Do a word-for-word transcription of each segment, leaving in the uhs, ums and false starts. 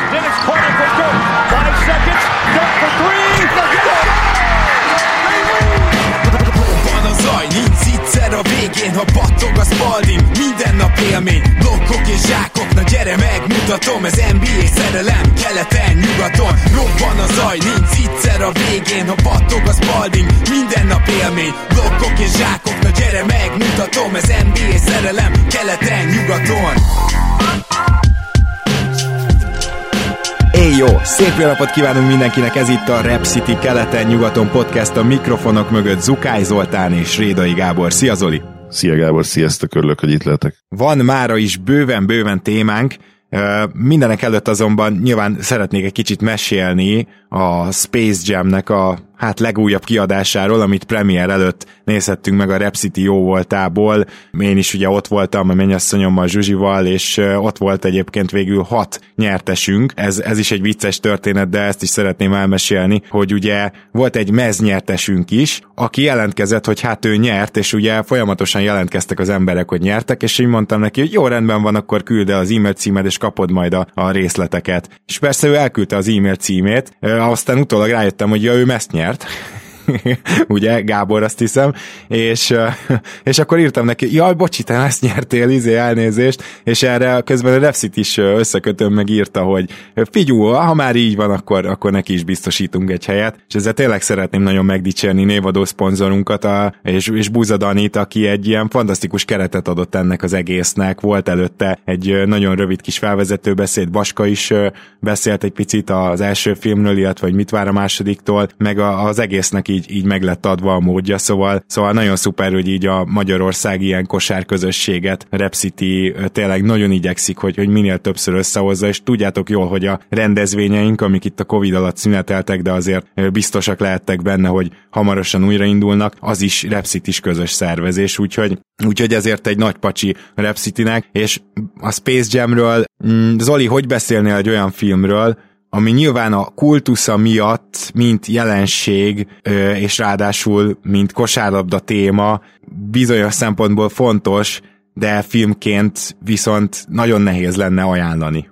and it's Carter for good. Five seconds, done for three. Van a zaj, nincs egyszer a végén, ha battog a Spalding, minden nap élmény, blokkok és zsákok, na gyere megmutatom, ez en bé á szerelem, keleten, nyugaton, robban a zaj, nincs egyszer a végén, ha battog a Spalding, minden nap élmény, blokkok és zsákok, na gyere megmutatom, ez en bé á szerelem, keleten, nyugaton. Éj jó! Szép jó napot kívánunk mindenkinek, ez itt a Rap City keleten-nyugaton podcast, a mikrofonok mögött Zukály Zoltán és Rédai Gábor. Szia Zoli! Szia Gábor, sziasztok, örülök, hogy itt lehetek. Van mára is bőven-bőven témánk, mindenek előtt azonban nyilván szeretnék egy kicsit mesélni a Space Jam-nek a hát legújabb kiadásáról, amit premier előtt nézhettünk meg a Rap City jó voltából. Én is ugye ott voltam a mennyasszonyommal, Zsuzsival, és ott volt egyébként végül hat nyertesünk. Ez, ez is egy vicces történet, de ezt is szeretném elmesélni, hogy ugye volt egy meznyertesünk is, aki jelentkezett, hogy hát ő nyert, és ugye folyamatosan jelentkeztek az emberek, hogy nyertek, és én mondtam neki, hogy jó, rendben van, akkor küld el az e-mail címed, és kapod majd a, a részleteket. És persze ő elküldte az e-mail címét, aztán utólag rájöttem, hogy ja, ő ezt nyert. Ugye, Gábor, azt hiszem, és, és akkor írtam neki, jaj, bocsi, te ezt nyertél, izé, elnézést, és erre közben a Repsit is összekötöm, meg írta, hogy figyú, ha már így van, akkor, akkor neki is biztosítunk egy helyet, és ezzel tényleg szeretném nagyon megdicsérni névadó szponzorunkat, a, és, és Buza Danit, aki egy ilyen fantasztikus keretet adott ennek az egésznek, volt előtte egy nagyon rövid kis felvezető beszéd, Baska is beszélt egy picit az első filmről, illetve hogy mit vár a másodiktól, meg az egésznek így Így, így meg lett adva a módja, szóval, szóval nagyon szuper, hogy így a Magyarország ilyen kosárközösséget Rap City tényleg nagyon igyekszik, hogy, hogy minél többször összehozza, és tudjátok jól, hogy a rendezvényeink, amik itt a Covid alatt szüneteltek, de azért biztosak lehettek benne, hogy hamarosan újraindulnak, az is Rap City-s közös szervezés, úgyhogy, úgyhogy ezért egy nagy pacsi Rap Citynek, és a Space Jamről, Zoli, hogy beszélnél egy olyan filmről, ami nyilván a kultusza miatt, mint jelenség, és ráadásul, mint kosárlabda téma, bizonyos szempontból fontos, de filmként viszont nagyon nehéz lenne ajánlani.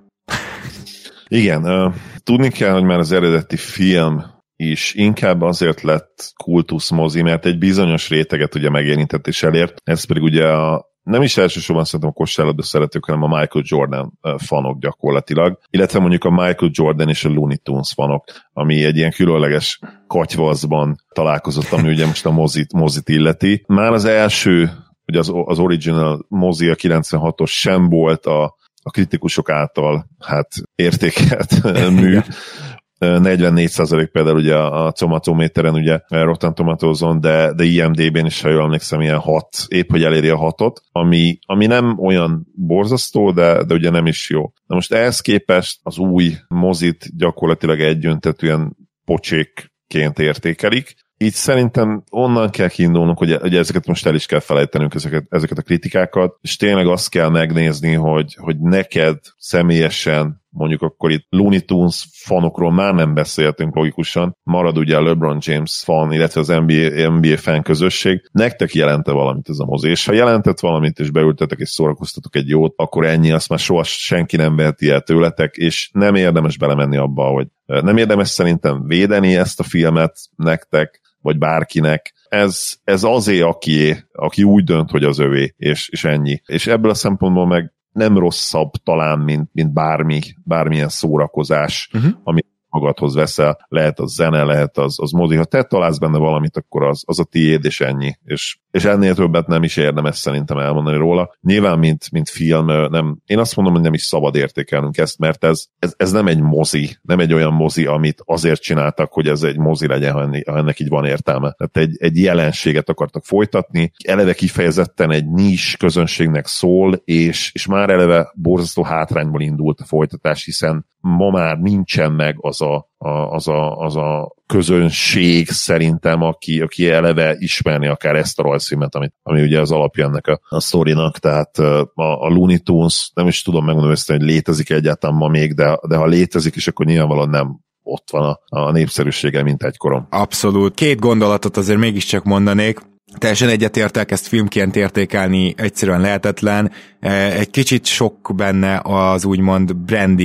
Igen, uh, tudni kell, hogy már az eredeti film is inkább azért lett kultuszmozi, mert egy bizonyos réteget ugye megérintett és elért, ez pedig ugye a nem is elsősorban szerintem a kosárlabda szeretők, hanem a Michael Jordan fanok gyakorlatilag, illetve mondjuk a Michael Jordan és a Looney Tunes fanok, ami egy ilyen különleges katyvaszban találkozott, ami ugye most a mozit, mozit illeti. Már az első, ugye az, az original mozi, a kilencvenhatos sem volt a, a kritikusok által hát értékelt mű, negyvennégy százalék például ugye a Tomatométeren, ugye Rotten Tomatoes-on, de, de i em dé bén is, ha jól emlékszem, ilyen hat, épp hogy eléri a hatot, ami, ami nem olyan borzasztó, de, de ugye nem is jó. Na most ehhez képest az új mozit gyakorlatilag egyöntetűen pocsékként értékelik. Így szerintem onnan kell kiindulnunk, hogy, hogy ezeket most el is kell felejtenünk, ezeket, ezeket a kritikákat, és tényleg azt kell megnézni, hogy, hogy neked személyesen, mondjuk akkor itt Looney Tunes fanokról már nem beszéltünk logikusan, marad ugye a LeBron James fan, illetve az en bé á, en bé á fan közösség, nektek jelente valamit ez a mozi, és ha jelentett valamit, és beültetek és szórakoztatok egy jót, akkor ennyi, azt már soha senki nem veheti el tőletek, és nem érdemes belemenni abba, hogy nem érdemes szerintem védeni ezt a filmet nektek, vagy bárkinek. Ez, ez azé, aki, aki úgy dönt, hogy az övé, és, és ennyi. És ebből a szempontból meg nem rosszabb talán, mint, mint bármi, bármilyen szórakozás, uh-huh. amit magadhoz veszel, lehet az zene, lehet az, az mozi. Ha te találsz benne valamit, akkor az, az a tiéd, és ennyi. És, és ennél többet nem is érdemes szerintem elmondani róla. Nyilván, mint, mint film, nem, én azt mondom, hogy nem is szabad értékelnünk ezt, mert ez, ez, ez nem egy mozi, nem egy olyan mozi, amit azért csináltak, hogy ez egy mozi legyen, ha ennek így van értelme. Tehát egy, egy jelenséget akartak folytatni, eleve kifejezetten egy nis közönségnek szól, és, és már eleve borzasztó hátrányból indult a folytatás, hiszen ma már nincsen meg az a, a, az, a, az a közönség szerintem, aki, aki eleve ismerni akár ezt a rajzfilmet, ami, ami ugye az alapja ennek a, a sztorinak, tehát a, a Looney Tunes, nem is tudom megmondani össze, hogy létezik egyáltalán ma még, de, de ha létezik, és akkor nyilvánvalóan nem ott van a, a népszerűsége, mint egykorom. Abszolút. Két gondolatot azért mégiscsak mondanék. Teljesen egyetértek, ezt filmként értékelni egyszerűen lehetetlen. Egy kicsit sok benne az úgymond branding,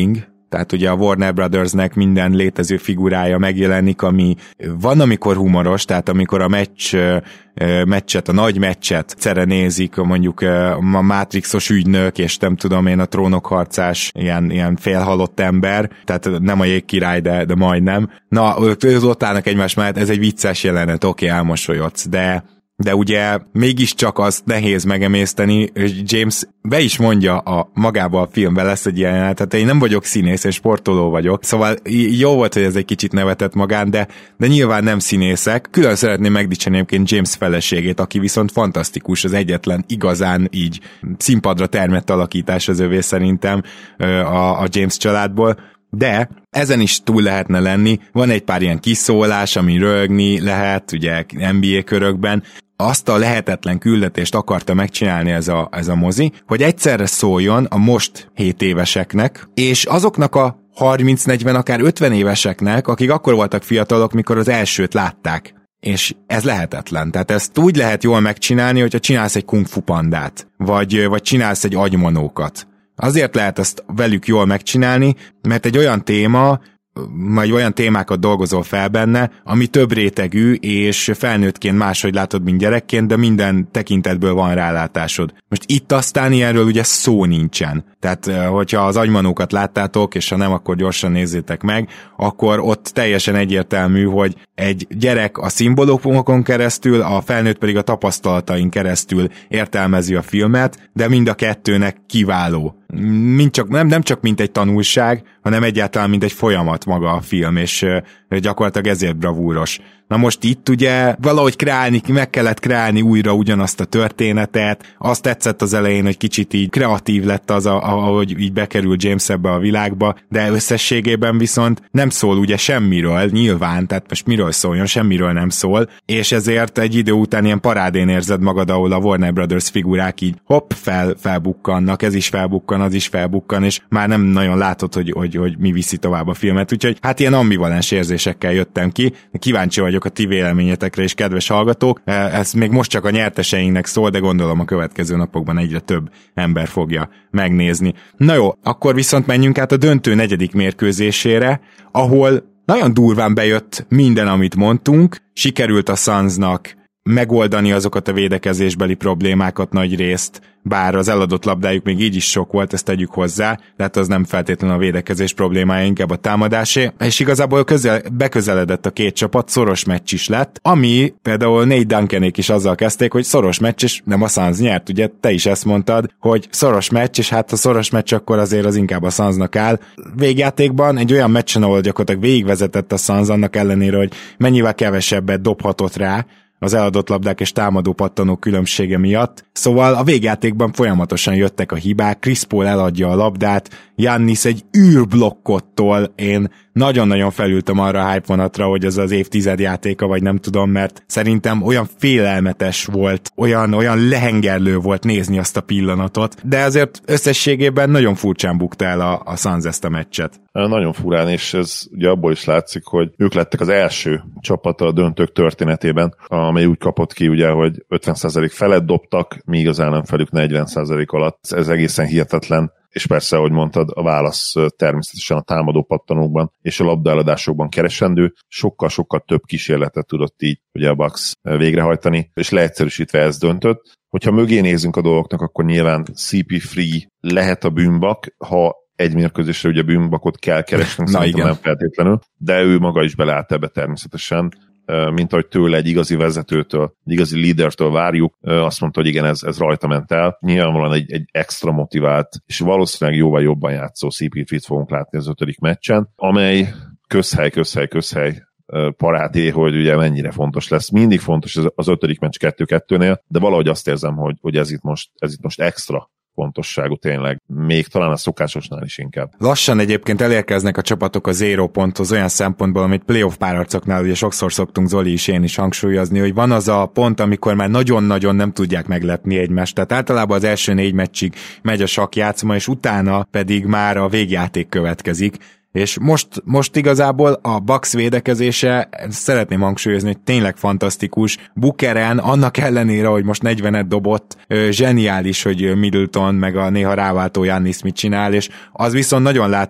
tehát ugye a Warner Brothersnek minden létező figurája megjelenik, ami van, amikor humoros, tehát amikor a meccs, meccset, a nagy meccset szere nézik, mondjuk a Matrixos ügynök, és nem tudom én, a Trónok harcás, ilyen, ilyen félhalott ember, tehát nem a jégkirály, de, de majdnem. Na, ők ott állnak egymás mellett, ez egy vicces jelenet, oké, okay, elmosolyodsz, de de ugye mégiscsak azt nehéz megemészteni, és James be is mondja a magába a filmben lesz egy jelenet, tehát én nem vagyok színész, és sportoló vagyok, szóval jó volt, hogy ez egy kicsit nevetett magán, de, de nyilván nem színészek. Külön szeretném megdicsérni egyébként James feleségét, aki viszont fantasztikus, az egyetlen igazán így színpadra termett alakítás az övé szerintem a, a James családból, de ezen is túl lehetne lenni, van egy pár ilyen kiszólás, ami röhögni lehet, ugye en bé á körökben, azt a lehetetlen küldetést akarta megcsinálni ez a, ez a mozi, hogy egyszerre szóljon a most hét éveseknek, és azoknak a harminc negyven, akár ötven éveseknek, akik akkor voltak fiatalok, mikor az elsőt látták. És ez lehetetlen. Tehát ezt úgy lehet jól megcsinálni, hogyha csinálsz egy kung fu pandát, vagy, vagy csinálsz egy agymanókat. Azért lehet ezt velük jól megcsinálni, mert egy olyan téma, vagy olyan témákat dolgozol fel benne, ami több rétegű, és felnőttként máshogy látod, mint gyerekként, de minden tekintetből van rálátásod. Most itt aztán ilyenről ugye szó nincsen. Tehát, hogyha az agymanókat láttátok, és ha nem, akkor gyorsan nézzétek meg, akkor ott teljesen egyértelmű, hogy egy gyerek a szimbólumokon keresztül, a felnőtt pedig a tapasztalatain keresztül értelmezi a filmet, de mind a kettőnek kiváló. Mind csak, nem, nem csak mint egy tanulság, hanem egyáltalán mint egy folyamat maga a film, és gyakorlatilag ezért bravúros. Na most itt ugye valahogy kreálni, meg kellett kreálni újra ugyanazt a történetet, azt tetszett az elején, hogy kicsit így kreatív lett az, ahogy így bekerül James ebbe a világba, de összességében viszont nem szól ugye semmiről, nyilván, tehát most miről szóljon, semmiről nem szól, és ezért egy idő után ilyen parádén érzed magad, ahol a Warner Brothers figurák így hopp, fel, felbukkannak, ez is felbukkan, az is felbukkan, és már nem nagyon látod, hogy, hogy, hogy mi viszi tovább a filmet, úgyhogy hát ilyen ambivalens érzésekkel jöttem ki, kíváncsi vagyok a ti véleményetekre is, kedves hallgatók. Ez még most csak a nyerteseinknek szól, de gondolom a következő napokban egyre több ember fogja megnézni. Na jó, akkor viszont menjünk át a döntő negyedik mérkőzésére, ahol nagyon durván bejött minden, amit mondtunk, sikerült a Sunsnak megoldani azokat a védekezésbeli problémákat nagy részt, bár az eladott labdájuk még így is sok volt, ezt tegyük hozzá, de hát az nem feltétlenül a védekezés problémája, inkább a támadásé, és igazából közel, beközeledett a két csapat, szoros meccs is lett, ami például Nate Duncanék is azzal kezdték, hogy szoros meccs, és nem a Suns nyert, ugye te is ezt mondtad, hogy szoros meccs, és hát a szoros meccs akkor azért az inkább a Sunsnak áll. Végjátékban egy olyan meccsen, ahol gyakorlatilag végigvezetett a Suns, annak ellenére, hogy mennyivel kevesebbet dobhatott rá, az eladott labdák és támadó pattanók különbsége miatt. Szóval a végjátékban folyamatosan jöttek a hibák, Chris Paul eladja a labdát, Giannis egy űrblokkottól, én nagyon-nagyon felültem arra a hype vonatra, hogy ez az évtized játéka, vagy nem tudom, mert szerintem olyan félelmetes volt, olyan, olyan lehengerlő volt nézni azt a pillanatot, de azért összességében nagyon furcsán bukta el a, a Suns ezt a meccset. Nagyon furán, és ez ugye abból is látszik, hogy ők lettek az első csapata a döntők történetében, amely úgy kapott ki, ugye, hogy ötven százalék felett dobtak, míg az ellenfelük negyven százalék alatt. Ez egészen hihetetlen, és persze, ahogy mondtad, a válasz természetesen a támadó pattanókban és a labdaeladásokban keresendő. Sokkal-sokkal több kísérletet tudott így ugye a Bucks végrehajtani, és leegyszerűsítve ez döntött. Hogyha mögé nézünk a dolgoknak, akkor nyilván cé pé Free lehet a bűnbak, ha egy mérkőzésre ugye bűnbakot kell keresnünk, szerintem nem feltétlenül, de ő maga is beleállt ebbe természetesen, mint ahogy tőle egy igazi vezetőtől, egy igazi leadertől várjuk, azt mondta, hogy igen, ez, ez rajta ment el. Nyilvánvalóan egy, egy extra motivált, és valószínűleg jóval jobban játszó cé pé Free-t fogunk látni az ötödik meccsen, amely közhely, közhely, közhely parádé, hogy ugye mennyire fontos lesz. Mindig fontos az ötödik meccs kettő kettőnél, de valahogy azt érzem, hogy, hogy ez itt most, ez itt most extra fontosságú tényleg, még talán a szokásosnál is inkább. Lassan egyébként elérkeznek a csapatok a zero ponthoz olyan szempontból, amit playoff párharcoknál ugye sokszor szoktunk Zoli is, én is hangsúlyozni, hogy van az a pont, amikor már nagyon-nagyon nem tudják meglepni egymást. Tehát általában az első négy meccsig megy a sakkjátszma, és utána pedig már a végjáték következik. És most, most igazából a Bucks védekezése, szeretném hangsúlyozni, hogy tényleg fantasztikus. Bookeren, annak ellenére, hogy most negyvenet dobott, zseniális, hogy Middleton meg a néha ráváltó Giannis mit csinál, és az viszont nagyon látszik,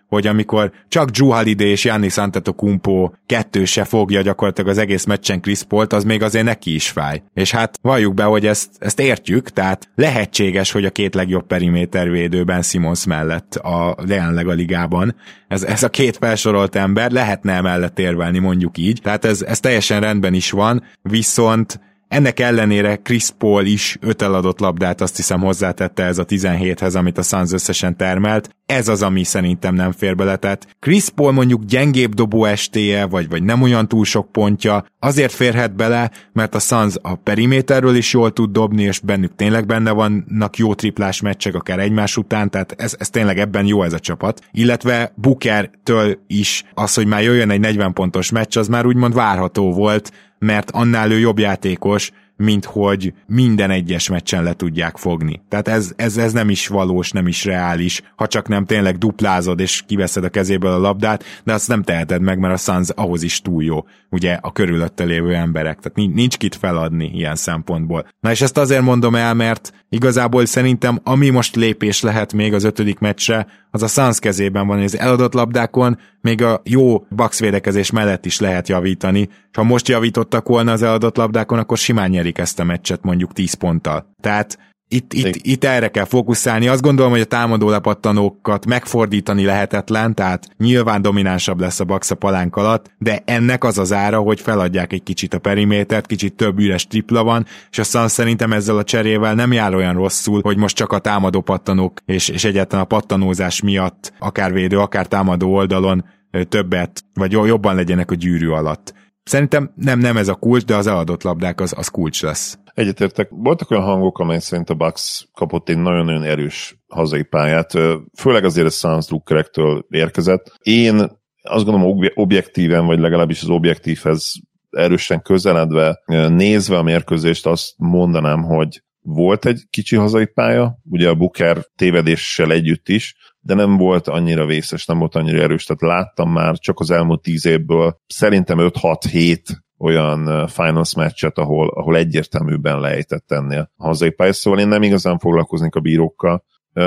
hogy amikor csak Jrue Holiday és Giannis Antetokounmpo kettő se fogja gyakorlatilag az egész meccsen Chris Pault, az még azért neki is fáj. És hát valljuk be, hogy ezt, ezt értjük, tehát lehetséges, hogy a két legjobb perimétervédő Ben Simmons mellett a jelenleg a ligában. Ez, ez a két felsorolt ember, lehetne emellett érvelni, mondjuk így. Tehát ez, ez teljesen rendben is van, viszont ennek ellenére Chris Paul is öt eladott labdát, azt hiszem, hozzátette ez a tizenhéthez, amit a Suns összesen termelt. Ez az, ami szerintem nem fér bele. Tehát Chris Paul mondjuk gyengébb dobó estéje, vagy, vagy nem olyan túl sok pontja, azért férhet bele, mert a Suns a periméterről is jól tud dobni, és bennük tényleg benne vannak jó triplás meccsek, akár egymás után, tehát ez, ez tényleg ebben jó ez a csapat. Illetve Bookertől is az, hogy már jöjjön egy negyven pontos meccs, az már úgymond várható volt, mert annál ő jobb játékos, mint hogy minden egyes meccsen le tudják fogni. Tehát ez, ez, ez nem is valós, nem is reális, ha csak nem tényleg duplázod és kiveszed a kezéből a labdát, de azt nem teheted meg, mert a Suns ahhoz is túl jó, ugye a körülötte lévő emberek. Tehát nincs kit feladni ilyen szempontból. Na és ezt azért mondom el, mert igazából szerintem ami most lépés lehet még az ötödik meccsre, az a Suns kezében van, hogy az eladott labdákon még a jó Bucks védekezés mellett is lehet javítani, és ha most javítottak volna az eladott labdákon, akkor simán nyerik ezt a meccset mondjuk tíz ponttal. Tehát itt, itt, itt erre kell fókuszálni. Azt gondolom, hogy a támadó lepattanókat megfordítani lehetetlen, tehát nyilván dominánsabb lesz a Bucks a palánk alatt, de ennek az az ára, hogy feladják egy kicsit a perimétert, kicsit több üres tripla van, és a Suns szerintem ezzel a cserével nem jár olyan rosszul, hogy most csak a támadó pattanók és, és egyáltalán a pattanózás miatt akár védő, akár támadó oldalon többet, vagy jobban legyenek a gyűrű alatt. Szerintem nem, nem ez a kulcs, de az eladott labdák az, az kulcs lesz. Egyetértek. Voltak olyan hangok, amely szerint a Bucks kapott egy nagyon-nagyon erős hazai pályát, főleg azért a Suns drukkerektől érkezett. Én azt gondolom objektíven, vagy legalábbis az objektívhez erősen közeledve, nézve a mérkőzést, azt mondanám, hogy volt egy kicsi hazai pálya, ugye a Booker tévedéssel együtt is, de nem volt annyira vészes, nem volt annyira erős, tehát láttam már csak az elmúlt tíz évből szerintem öt hat hét olyan finals meccset, ahol, ahol egyértelműbben lejtett ennél a hazai pálya, szóval én nem igazán foglalkoznék a bírókkal,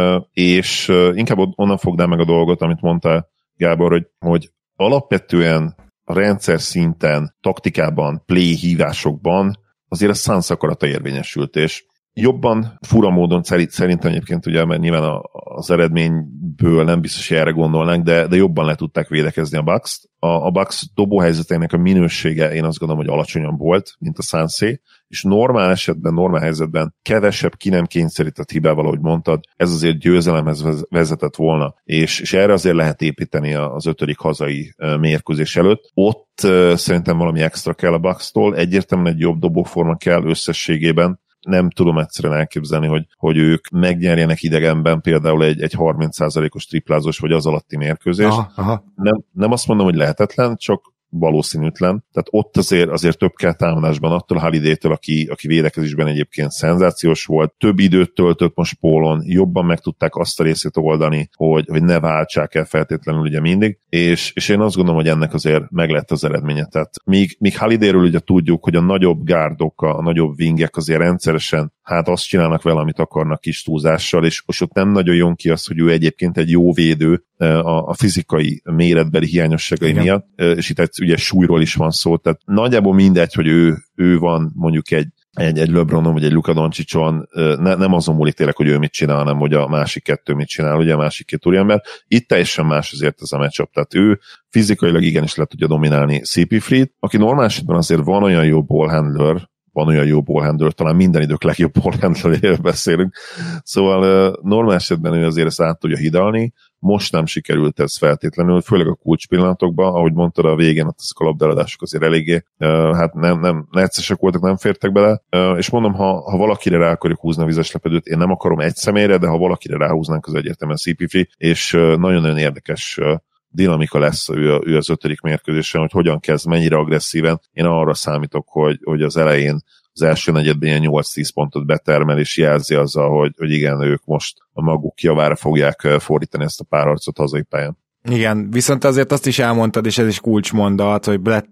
és inkább onnan fognám meg a dolgot, amit mondta Gábor, hogy, hogy alapvetően a rendszer szinten, taktikában, play hívásokban azért a Suns akarata érvényesült, és jobban, fura módon szerintem egyébként, ugye, mert nyilván az eredményből nem biztos, hogy erre gondolnánk, de, de jobban le tudták védekezni a Bucks-t. A, a Bucks dobóhelyzetének a minősége én azt gondolom, hogy alacsonyabb volt, mint a Sunsé, és normál esetben, normál helyzetben kevesebb ki nem kényszerített hibával, ahogy mondtad, ez azért győzelemhez vezetett volna, és, és erre azért lehet építeni az ötödik hazai mérkőzés előtt. Ott szerintem valami extra kell a Bucks-tól, egyértelműen egy jobb dobóforma kell összességében. Nem tudom egyszerűen elképzelni, hogy, hogy ők megnyerjenek idegenben például egy, egy harminc százalékos triplázós vagy az alatti mérkőzést. Aha, aha. Nem, nem azt mondom, hogy lehetetlen, csak valószínűtlen. Tehát ott azért, azért több kell támadásban attól a Holidaytől, aki, aki védekezésben egyébként szenzációs volt. Több időt töltött most Paulon, jobban meg tudták azt a részét oldani, hogy, hogy ne váltsák el feltétlenül ugye mindig, és, és én azt gondolom, hogy ennek azért meg lett az eredménye. Tehát míg, míg Holidayről ugye tudjuk, hogy a nagyobb gárdok, a nagyobb wingek azért rendszeresen hát azt csinálnak vele, amit akarnak kis túlzással, és, és ott nem nagyon jön ki az, hogy ő egyébként egy jó védő a, a fizikai méretbeli hiányosságai Igen. miatt, és itt egy, ugye súlyról is van szó, tehát nagyjából mindegy, hogy ő, ő van mondjuk egy egy, egy LeBronon vagy egy Luka Doncicson, ne, nem azon múlik tényleg, hogy ő mit csinál, hanem hogy a másik kettő mit csinál, ugye a másik két úriember. Itt teljesen más azért ez a matchup, tehát ő fizikailag igenis le tudja dominálni cé pé Free-t, aki normál esetben azért van olyan jó ballhandler, van olyan jó ballhandler, talán minden idők legjobb ballhandleréről beszélünk, szóval normál esetben ő azért ezt át tudja hidalni, most nem sikerült ez feltétlenül, főleg a kulcspillanatokban, ahogy mondtad a végén, ott ezek a labdaladások azért eléggé, uh, hát nem, nem neccesek voltak, nem fértek bele, uh, és mondom, ha, ha valakire rá akarjuk húzni a vizes lepedőt, én nem akarom egy személyre, de ha valakire ráhúznánk, az egyértelműen cé pé Free, és uh, nagyon-nagyon érdekes uh, dinamika lesz ő, ő az ötödik mérkőzésen, hogy hogyan kezd, mennyire agresszíven. Én arra számítok, hogy, hogy az elején az első negyedben ilyen nyolc-tíz pontot betermel, és jelzi azzal, hogy, hogy igen, ők most a maguk javára fogják fordítani ezt a párharcot hazai pályán. Igen, viszont azért azt is elmondtad, és ez is kulcsmondat, hogy Brett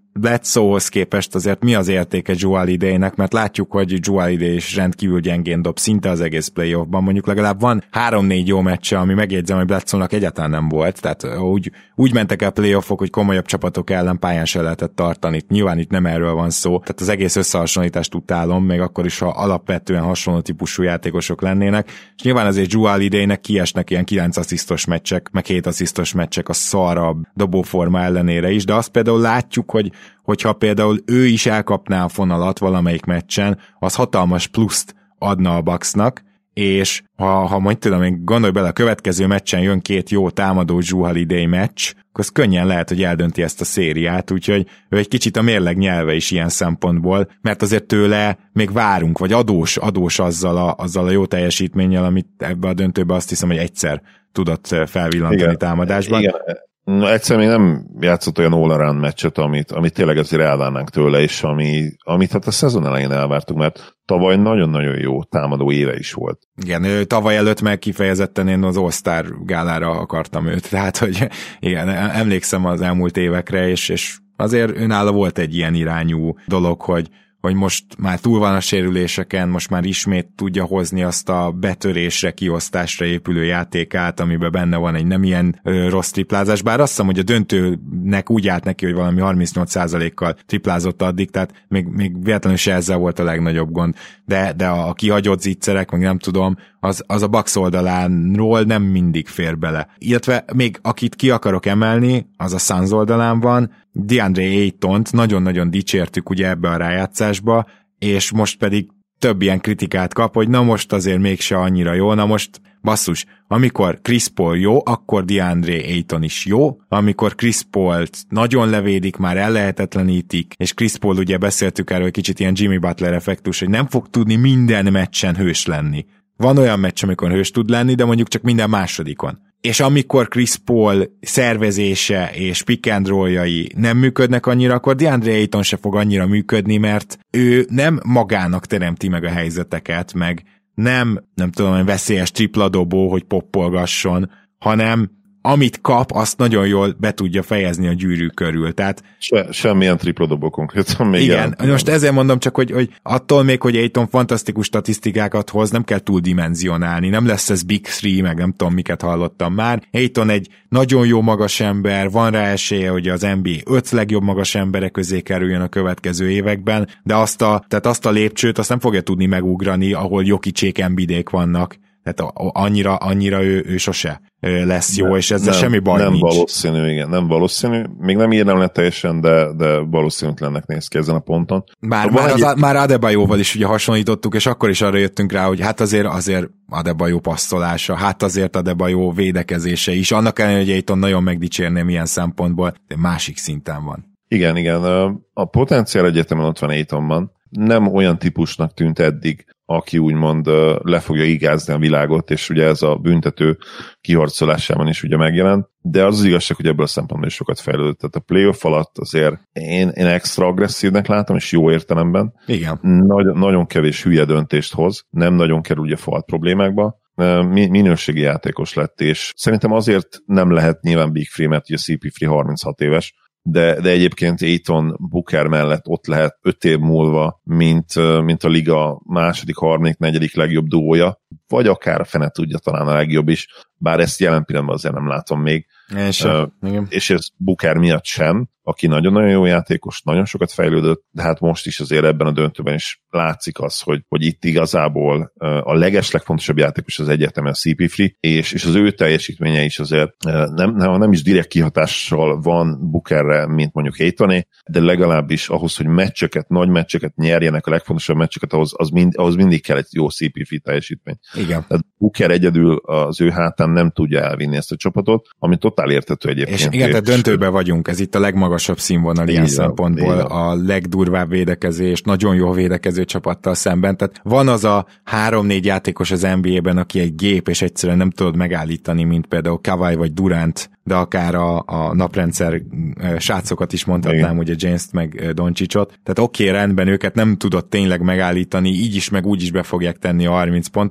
Bledsoe-hoz képest azért mi az értéke Jrue Holiday-nek, mert látjuk, hogy Jrue Holiday is rendkívül gyengén dob szinte az egész playoffban, mondjuk legalább van három-négy jó meccse, ami megjegyzem, hogy Bledsoe-nak egyáltalán nem volt, tehát úgy, úgy mentek el playoffok, hogy komolyabb csapatok ellen pályán se lehetett tartani. Nyilván itt nem erről van szó, tehát az egész összehasonlítást utálom, még akkor is, ha alapvetően hasonló típusú játékosok lennének, és nyilván azért Jrue Holiday-nek kiesnek ilyen kilenc asszisztos meccsek, meg hét asszisztos meccsek a szarabb dobóforma ellenére is, de azt például látjuk, hogy hogyha például ő is elkapná a fonalat valamelyik meccsen, az hatalmas pluszt adna a Bucksnak, és ha, ha majd tudom, én gondolj bele, a következő meccsen jön két jó támadó Jrue Holiday meccs, akkor az könnyen lehet, hogy eldönti ezt a szériát, úgyhogy ő egy kicsit a mérleg nyelve is ilyen szempontból, mert azért tőle még várunk, vagy adós, adós azzal a, azzal a jó teljesítménnyel, amit ebbe a döntőbe azt hiszem, hogy egyszer tudott felvillantani igen, támadásban. Igen. Na, egyszer még nem játszott olyan all-around meccset, amit, amit tényleg azért elvárnánk tőle, és ami, amit hát a szezon elején elvártuk, mert tavaly nagyon-nagyon jó támadó éve is volt. Igen, ő tavaly előtt meg kifejezetten én az All-Star gálára akartam őt, tehát hogy igen, emlékszem az elmúlt évekre, és, és azért önálló volt egy ilyen irányú dolog, hogy hogy most már túl van a sérüléseken, most már ismét tudja hozni azt a betörésre, kiosztásra épülő játékát, amiben benne van egy nem ilyen ö, rossz triplázás, bár azt hiszem, hogy a döntőnek úgy állt neki, hogy valami harmincnyolc százalékkal triplázott addig, tehát még, még véletlenül se ezzel volt a legnagyobb gond, de, de a, a kihagyott zicserek, meg nem tudom, az, az a Bucks oldalánról nem mindig fér bele. Illetve még akit ki akarok emelni, az a Suns oldalán van, DeAndre Aytont nagyon-nagyon dicsértük ugye ebbe a rájátszásba, és most pedig több ilyen kritikát kap, hogy na most azért mégse annyira jó, na most basszus, amikor Chris Paul jó, akkor DeAndre Ayton is jó, amikor Chris Pault nagyon levédik, már ellehetetlenítik, és Chris Paul ugye beszéltük erről, kicsit ilyen Jimmy Butler effektus, hogy nem fog tudni minden meccsen hős lenni. Van olyan meccs, amikor hős tud lenni, de mondjuk csak minden másodikon. És amikor Chris Paul szervezése és pick and roll-jai nem működnek annyira, akkor DeAndre Ayton se fog annyira működni, mert ő nem magának teremti meg a helyzeteket, meg nem, nem tudom, veszélyes tripladobó, hogy poppolgasson, hanem amit kap, azt nagyon jól be tudja fejezni a gyűrű körül. Tehát, Se, semmilyen tripladobó konkrétan még igen, jelent. Most ezért mondom csak, hogy, hogy attól még, hogy Ayton fantasztikus statisztikákat hoz, nem kell túldimenzionálni, nem lesz ez Big Three, meg nem tudom, miket hallottam már. Ayton egy nagyon jó magas ember, van rá esélye, hogy az en bé á öt legjobb magas embere közé kerüljön a következő években, de azt a, tehát azt a lépcsőt azt nem fogja tudni megugrani, ahol Jokicsék, Embiidék vannak. Tehát annyira, annyira ő, ő sose lesz jó, nem, és ezzel nem, semmi baj nem nincs. Nem valószínű, igen, nem valószínű. Még nem írnám le teljesen, de, de valószínűtlennek néz ki ezen a ponton. Már, már, az, már Adebayoval is ugye hasonlítottuk, és akkor is arra jöttünk rá, hogy hát azért, azért Adebayo passztolása, hát azért Adebayo védekezése is, annak ellenére, hogy Ayton nagyon megdicsérném ilyen szempontból, de másik szinten van. Igen, igen, a potenciál egyetemen ott van Aytonban. Nem olyan típusnak tűnt eddig, aki úgymond le fogja igázni a világot, és ugye ez a büntető kiharcolásában is ugye megjelent, de az az igazság, hogy ebből a szempontból is sokat fejlődött. Tehát a playoff alatt azért én, én extra agresszívnek látom, és jó értelemben. Igen. Nagy, nagyon kevés hülye döntést hoz, nem nagyon kerül ugye falt problémákba, minőségi játékos lett, és szerintem azért nem lehet nyilván Big Free, mert ugye cé pé Free harminchat éves, de, de egyébként Ayton Booker mellett ott lehet öt év múlva, mint, mint a liga második, harmadik, negyedik legjobb duója, vagy akár a fene tudja, talán a legjobb is, bár ezt jelen pillanatban azért nem látom még. És, uh, és ez Booker miatt sem, aki nagyon-nagyon jó játékos, nagyon sokat fejlődött, de hát most is azért ebben a döntőben is látszik az, hogy, hogy itt igazából a legeslegfontosabb játékos az egyetemen cé pé Free, és, és az ő teljesítménye is azért nem, nem, nem is direkt kihatással van Bookerre, mint mondjuk Aytoné, de legalábbis ahhoz, hogy meccseket, nagy meccseket nyerjenek, a legfontosabb meccseket, ahhoz, az mind, ahhoz mindig kell egy jó cé pé Free teljesítmény. Igen. Tehát Booker egyedül az ő hátán nem tudja elvinni ezt a csapatot, ami totál értető egyébként. És igen, tehát döntőben vagyunk, ez itt a legmagasabb színvonal ilyen szempontból, a legdurvább védekezés, nagyon jó védekező csapattal szemben, tehát van az a három-négy játékos az en bé á-ben, aki egy gép, és egyszerűen nem tudod megállítani, mint például Kawhi vagy Durant, de akár a, a naprendszer srácokat is mondhatnám, ugye James-t meg Doncsicsot. Tehát oké, okay, rendben, őket nem tudod tényleg megállítani, így is meg úgy is be fogják tenni a harminc pontot,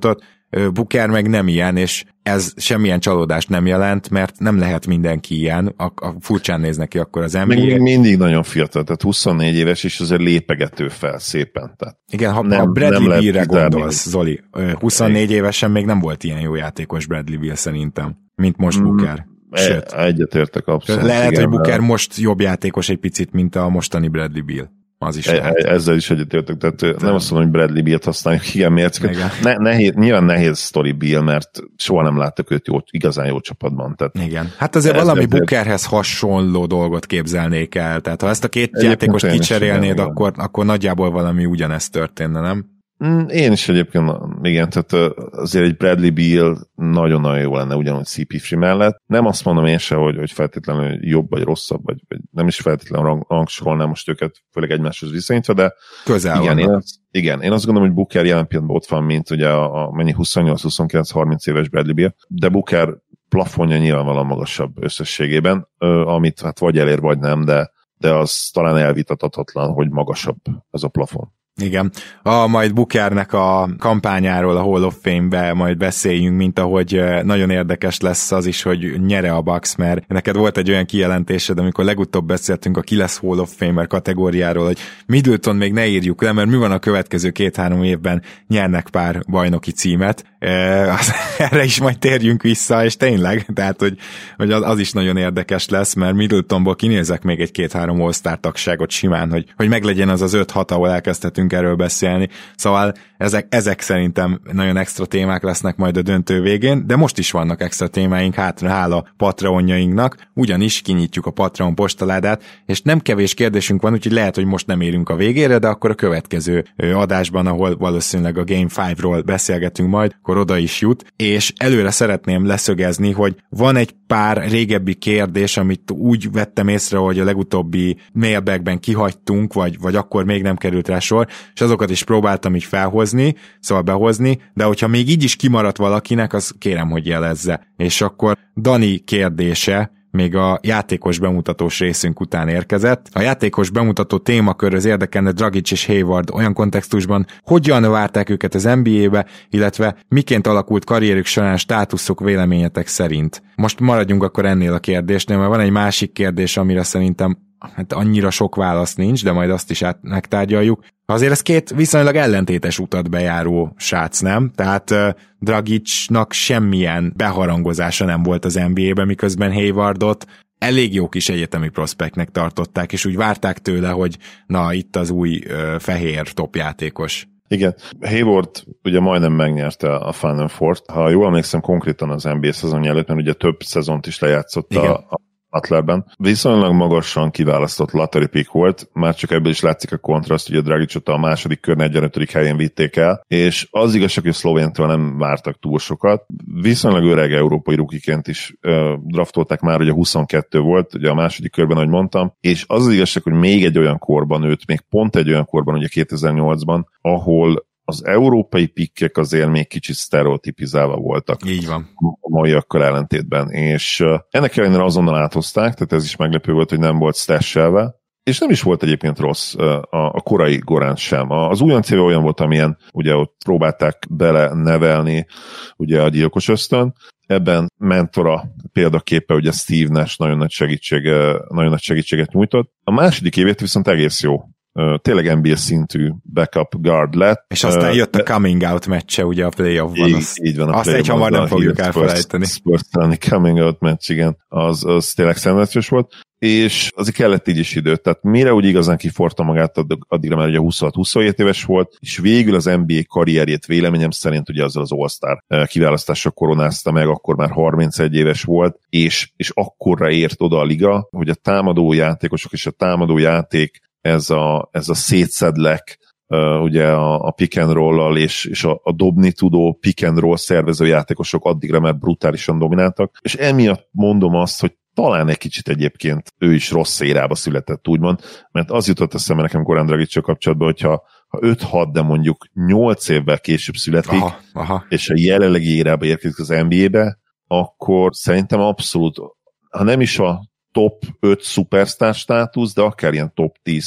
Booker meg nem ilyen, és ez semmilyen csalódást nem jelent, mert nem lehet mindenki ilyen, a, a furcsán néz neki akkor az en bé á. Még mindig nagyon fiatal, tehát huszonnégy éves, és azért lépegető fel szépen. Tehát igen, ha, nem, ha Bradley Bealre gondolsz, mi... Zoli, huszonnégy évesen még nem volt ilyen jó játékos Bradley Beal szerintem, mint most Booker. Sőt, egyetértek abszolút. Lehet, igen, hogy Booker most jobb játékos egy picit, mint a mostani Bradley Beal. Az is e, ezzel is egyetértek, tehát De. nem azt mondom, hogy Bradley Bealt használjuk, igen, miért? Ne, nehéz, nyilván nehéz sztori Beal, mert soha nem láttak őt jó, igazán jó csapatban. Tehát igen, hát azért valami Bookerhez hasonló dolgot képzelnék el, tehát ha ezt a két játékost kicserélnéd, igen, akkor, akkor nagyjából valami ugyanezt történne, nem? Én is egyébként, igen, tehát azért egy Bradley Beal nagyon-nagyon jó lenne ugyanúgy cé pé három mellett. Nem azt mondom én se, hogy, hogy feltétlenül jobb vagy rosszabb, vagy, vagy nem is feltétlenül rangsorolnám most őket, főleg egymáshoz viszonyítva, de közel igen, én azt, igen, én azt gondolom, hogy Booker jelen pillanatban ott van, mint ugye a, a mennyi huszonnyolc huszonkilenc harminc éves Bradley Beal, de Booker plafonja nyilvánvalóan magasabb összességében, amit hát vagy elér, vagy nem, de, de az talán elvitathatatlan, hogy magasabb ez a plafon. Igen. A, majd Bookernek a kampányáról a Hall of Fame-be majd beszéljünk, mint ahogy nagyon érdekes lesz az is, hogy nyere a Bucks, mert neked volt egy olyan kijelentésed, amikor legutóbb beszéltünk a ki lesz Hall of Famer kategóriáról, hogy Middleton még ne írjuk le, mert mi van a következő két-három évben, nyernek pár bajnoki címet. E, az, erre is majd térjünk vissza, és tényleg, tehát hogy, hogy az, az is nagyon érdekes lesz, mert Middletonból kinézek még egy két-három All-Star tagságot simán, hogy, hogy meglegyen az az öt-hat, ahol elkezdhetünk erről beszélni. Szóval ezek, ezek szerintem nagyon extra témák lesznek majd a döntő végén, de most is vannak extra témáink, hátra hála Patreonjainknak, ugyanis kinyitjuk a Patreon postaládát, és nem kevés kérdésünk van, úgyhogy lehet, hogy most nem érünk a végére, de akkor a következő adásban, ahol valószínűleg a Game ötről beszélgetünk majd, akkor oda is jut, és előre szeretném leszögezni, hogy van egy pár régebbi kérdés, amit úgy vettem észre, hogy a legutóbbi mailbagben kihagytunk, vagy, vagy akkor még nem került rá sor, és azokat is próbáltam így felhozni, szóval behozni, de hogyha még így is kimaradt valakinek, az kérem, hogy jelezze. És akkor Dani kérdése még a játékos bemutatós részünk után érkezett. A játékos bemutató témakör az érdekelne Dragic és Hayward olyan kontextusban, hogyan várták őket az en bé á-be, illetve miként alakult karrierük során státuszok véleményetek szerint. Most maradjunk akkor ennél a kérdésnél, mert van egy másik kérdés, amire szerintem hát annyira sok válasz nincs, de majd azt is át megtárgyaljuk. Azért ez két viszonylag ellentétes utat bejáró srác, nem? Tehát uh, Dragicnak semmilyen beharangozása nem volt az en bé á-ben, miközben Haywardot elég jó kis egyetemi prospektnek tartották, és úgy várták tőle, hogy na, itt az új uh, fehér topjátékos. Igen, Hayward ugye majdnem megnyerte a Final Four-t, ha jól emlékszem konkrétan az en bé á szezonja előtt, mert ugye több szezont is lejátszott a, a Butlerben. Viszonylag magasan kiválasztott lottery pick volt, már csak ebből is látszik a kontraszt, hogy a Dragicot a második kör negyvenötödik helyén vitték el, és az igazság, hogy Szlovéntől nem vártak túl sokat. Viszonylag öreg európai rukiként is uh, draftolták már, ugye huszonkettő volt, ugye a második körben, ahogy mondtam, és az az igazság, hogy még egy olyan korban nőtt, még pont egy olyan korban, ugye kétezer-nyolcban, ahol az európai pikkek azért még kicsit sztereotipizálva voltak. Így van. A maiakkal ellentétben. És ennek ellenére azonnal áthozták, tehát ez is meglepő volt, hogy nem volt stashelve, és nem is volt egyébként rossz a korai Gorán sem. Az újoncéve olyan volt, amilyen ugye ott próbálták bele nevelni ugye a gyilkos ösztön. Ebben mentora példaképpe ugye Steve Nash nagyon nagy, segítség, nagyon nagy segítséget nyújtott. A második évét viszont egész jó. Tényleg en bé á szintű backup guard lett. És aztán jött a coming out meccse ugye a playoffban. Így, így van. Azt egy hamar nem fogjuk elfelejteni. Spurs-talani coming out meccs, igen. Az, az tényleg szenvedős volt. És azért kellett így is idő. Tehát mire úgy igazán kiforta magát, addigra már ugye huszonhat-huszonhét éves volt, és végül az en bé á karrierjét véleményem szerint ugye azzal az All-Star kiválasztással koronázta meg, akkor már harmincegy éves volt, és, és akkorra ért oda a liga, hogy a támadó játékosok és a támadó játék ez a, ez a szétszedlek, uh, ugye a, a pick and roll-al és, és a, a dobni tudó pick and roll szervező játékosok addigra már brutálisan domináltak, és emiatt mondom azt, hogy talán egy kicsit egyébként ő is rossz érába született, úgymond, mert az jutott eszembe nekem Goran Dragic-sal kapcsolatban, hogyha ha öt-hat, de mondjuk nyolc évvel később születik, aha, aha. és a jelenlegi érába érkezik az en bé á-be, akkor szerintem abszolút, ha nem is a top öt szupersztár státusz, de akár ilyen top tíz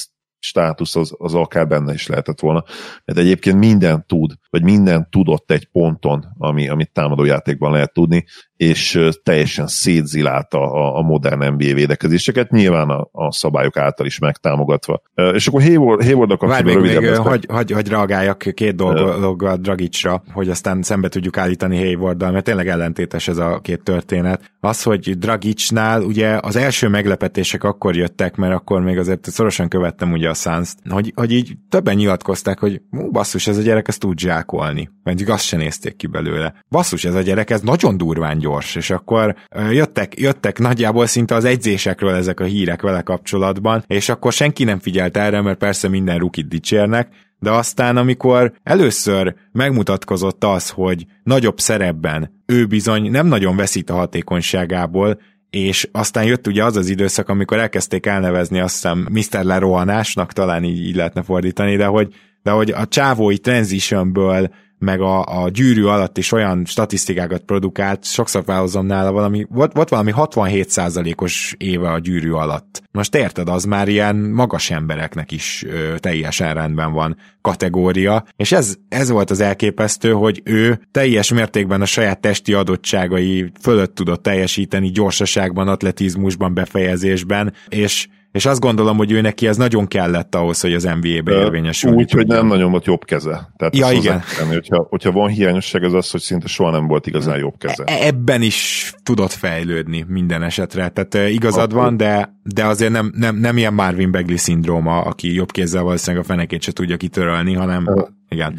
státusz az, az akár benne is lehetett volna. Mert egyébként minden tud, vagy minden tudott egy ponton, ami, amit támadójátékban lehet tudni, és teljesen szétzilálta a, a modern en bé á védekezéseket, nyilván a, a szabályok által is megtámogatva. És akkor Hayward, Hayward-a kapcsolatban rövidebb még, hogy, hogy, hogy reagáljak két dologgal Dragicsra, hogy aztán szembe tudjuk állítani Haywarddal, mert tényleg ellentétes ez a két történet. Az, hogy Dragicsnál ugye az első meglepetések akkor jöttek, mert akkor még azért szorosan követtem ugye a Suns-t, hogy, hogy így többen nyilatkozták, hogy ú, basszus, ez a gyerek ezt tud zsákolni. Mert azt se nézték ki belőle. Basszus, ez a gyerek, ez nagyon durván gyors, és akkor jöttek, jöttek nagyjából szinte az edzésekről ezek a hírek vele kapcsolatban, és akkor senki nem figyelt erre, mert persze minden rukit dicsérnek, de aztán amikor először megmutatkozott az, hogy nagyobb szerepben ő bizony nem nagyon veszít a hatékonyságából, és aztán jött ugye az az időszak, amikor elkezdték elnevezni, azt hiszem miszter Lerohanásnak, talán így, így lehetne fordítani, de hogy, de hogy a csávói transitionből meg a, a gyűrű alatt is olyan statisztikákat produkált, sokszor felhozom nála valami, volt, volt valami hatvanhét százalékos éve a gyűrű alatt. Most érted, az már ilyen magas embereknek is ö, teljesen rendben van kategória, és ez, ez volt az elképesztő, hogy ő teljes mértékben a saját testi adottságai fölött tudott teljesíteni gyorsaságban, atletizmusban, befejezésben, és és azt gondolom, hogy ő neki ez nagyon kellett ahhoz, hogy az en bé á-be érvényesülni. Úgy, hogy nem nagyon volt jobb keze. Tehát ja, igen. Tenni, hogyha, hogyha van hiányosság, az az, hogy szinte soha nem volt igazán jobb keze. Ebben is tudott fejlődni minden esetre. Tehát igazad Akkor. van, de, de azért nem, nem, nem ilyen Marvin Bagley szindróma, aki jobb kézzel valószínűleg a fenekét se tudja kitörölni, hanem uh. igen.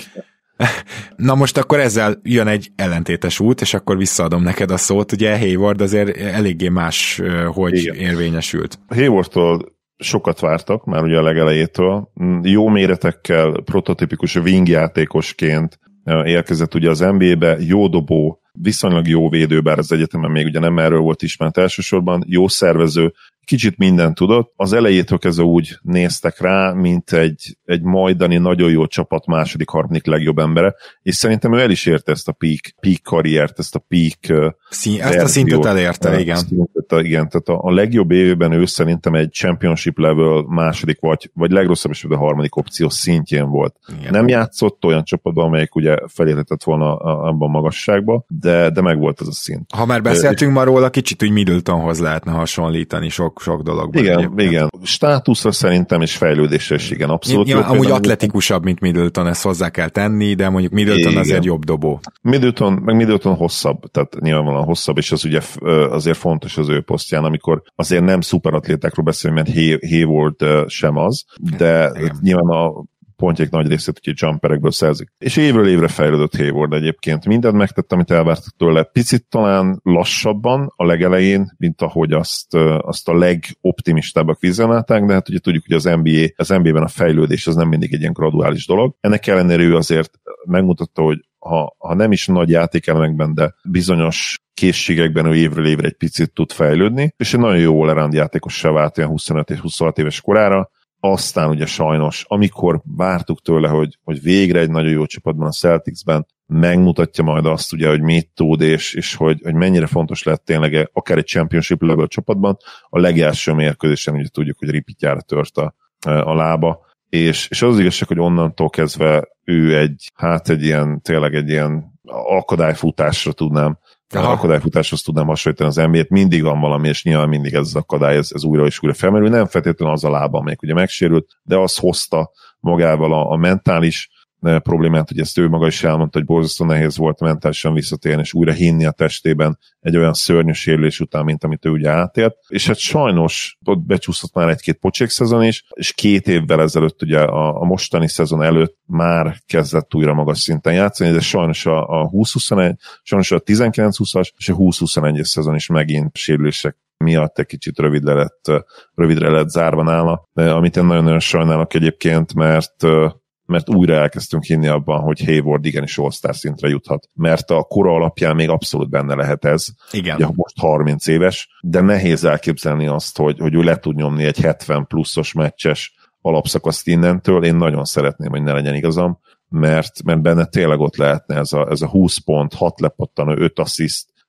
Na most akkor ezzel jön egy ellentétes út, és akkor visszaadom neked a szót. Ugye Hayward azért eléggé más, hogy igen. érvényesült. Haywardtól sokat vártak, már ugye a legelejétől. Jó méretekkel, prototipikus wing játékosként érkezett ugye az en bé á-be, jó dobó, viszonylag jó védő, bár az egyetemen még ugye nem erről volt ismert elsősorban, jó szervező, kicsit mindent tudott. Az elejétől kezdve úgy néztek rá, mint egy, egy majdani nagyon jó csapat második, harmadik legjobb embere, és szerintem ő el is érte ezt a peak, peak karriert, ezt a peak Szín, ezt a szintet elérte, igen. Szintet, igen, tehát a, a legjobb évben ő szerintem egy championship level második, vagy, vagy legrosszabb esetben harmadik opció szintjén volt. Igen. Nem játszott olyan csapatban, amelyik ugye felérhetett volna abban a magasságban, de, de meg volt ez a szint. Ha már beszéltünk már róla, kicsit úgy Middletonhoz lehetne hasonlítani sok sok dologban. Igen, egyébként. igen. Státuszra szerintem és fejlődésre is igen, abszolút. Nyilván, amúgy atletikusabb, mint Middleton, ezt hozzá kell tenni, de mondjuk Middleton igen. azért jobb dobó. Middleton, meg Middleton hosszabb, tehát nyilvánvalóan hosszabb, és az ugye azért fontos az ő posztján, amikor azért nem szuperatlétákról beszélünk, mert Hayward sem az, de igen. nyilván a pontjék nagy részét, hogy jumperekből szerzik. És évről évre fejlődött Hayward egyébként. Mindent megtett, amit elvártak tőle. Picit talán lassabban a legelején, mint ahogy azt, azt a legoptimistábbak vizionálták, de hát ugye tudjuk, hogy az en bé á, az en bé á-ben a fejlődés az nem mindig egy ilyen graduális dolog. Ennek ellenére ő azért megmutatta, hogy ha, ha nem is nagy játékelemekben, de bizonyos készségekben ő évről évre egy picit tud fejlődni, és egy nagyon jó all-around játékossá vált olyan huszonöt és huszonhat éves korára. Aztán ugye sajnos, amikor vártuk tőle, hogy, hogy végre egy nagyon jó csapatban, a Celticsben megmutatja majd azt ugye, hogy mit tud, és, és hogy, hogy mennyire fontos lett tényleg akár egy championship level csapatban, a legelső mérkőzésen ugye tudjuk, hogy ripitjára tört a, a lába, és, és az igazság, hogy onnantól kezdve ő egy, hát egy ilyen, tényleg egy ilyen akadályfutásra tudnám Aha. akadályfutáshoz tudnám hasonlítani az en bé á-t, mindig van valami, és nyilván mindig ez az akadály, ez, ez újra és újra felmerül. Nem feltétlenül az a lába, amelyik ugye megsérült, de az hozta magával a, a mentális problémát, hogy ezt ő maga is elmondta, hogy borzasztó nehéz volt mentálisan visszatérni, és újra hinni a testében egy olyan szörnyű sérülés után, mint amit ő ugye átélt. És hát sajnos ott becsúszott már egy-két pocsék szezon is, és két évvel ezelőtt ugye a, a mostani szezon előtt már kezdett újra magas szinten játszani, de sajnos a, a húsz huszonegy, sajnos a tizenkilenc húszas és a húsz huszonegyes szezon is megint sérülések miatt egy kicsit rövidre lett, rövidre lett zárva nála, amit én nagyon-nagyon sajnálok egyébként, mert mert újra elkezdtünk hinni abban, hogy Hayward igenis all-star szintre juthat. Mert a kora alapján még abszolút benne lehet ez. Igen. Ugye most harminc éves, de nehéz elképzelni azt, hogy, hogy ő le tud nyomni egy hetven pluszos meccses alapszakaszt innentől. Én nagyon szeretném, hogy ne legyen igazam, mert, mert benne tényleg ott lehetne ez a, ez a húsz pont, hat lepattanó, öt assziszt,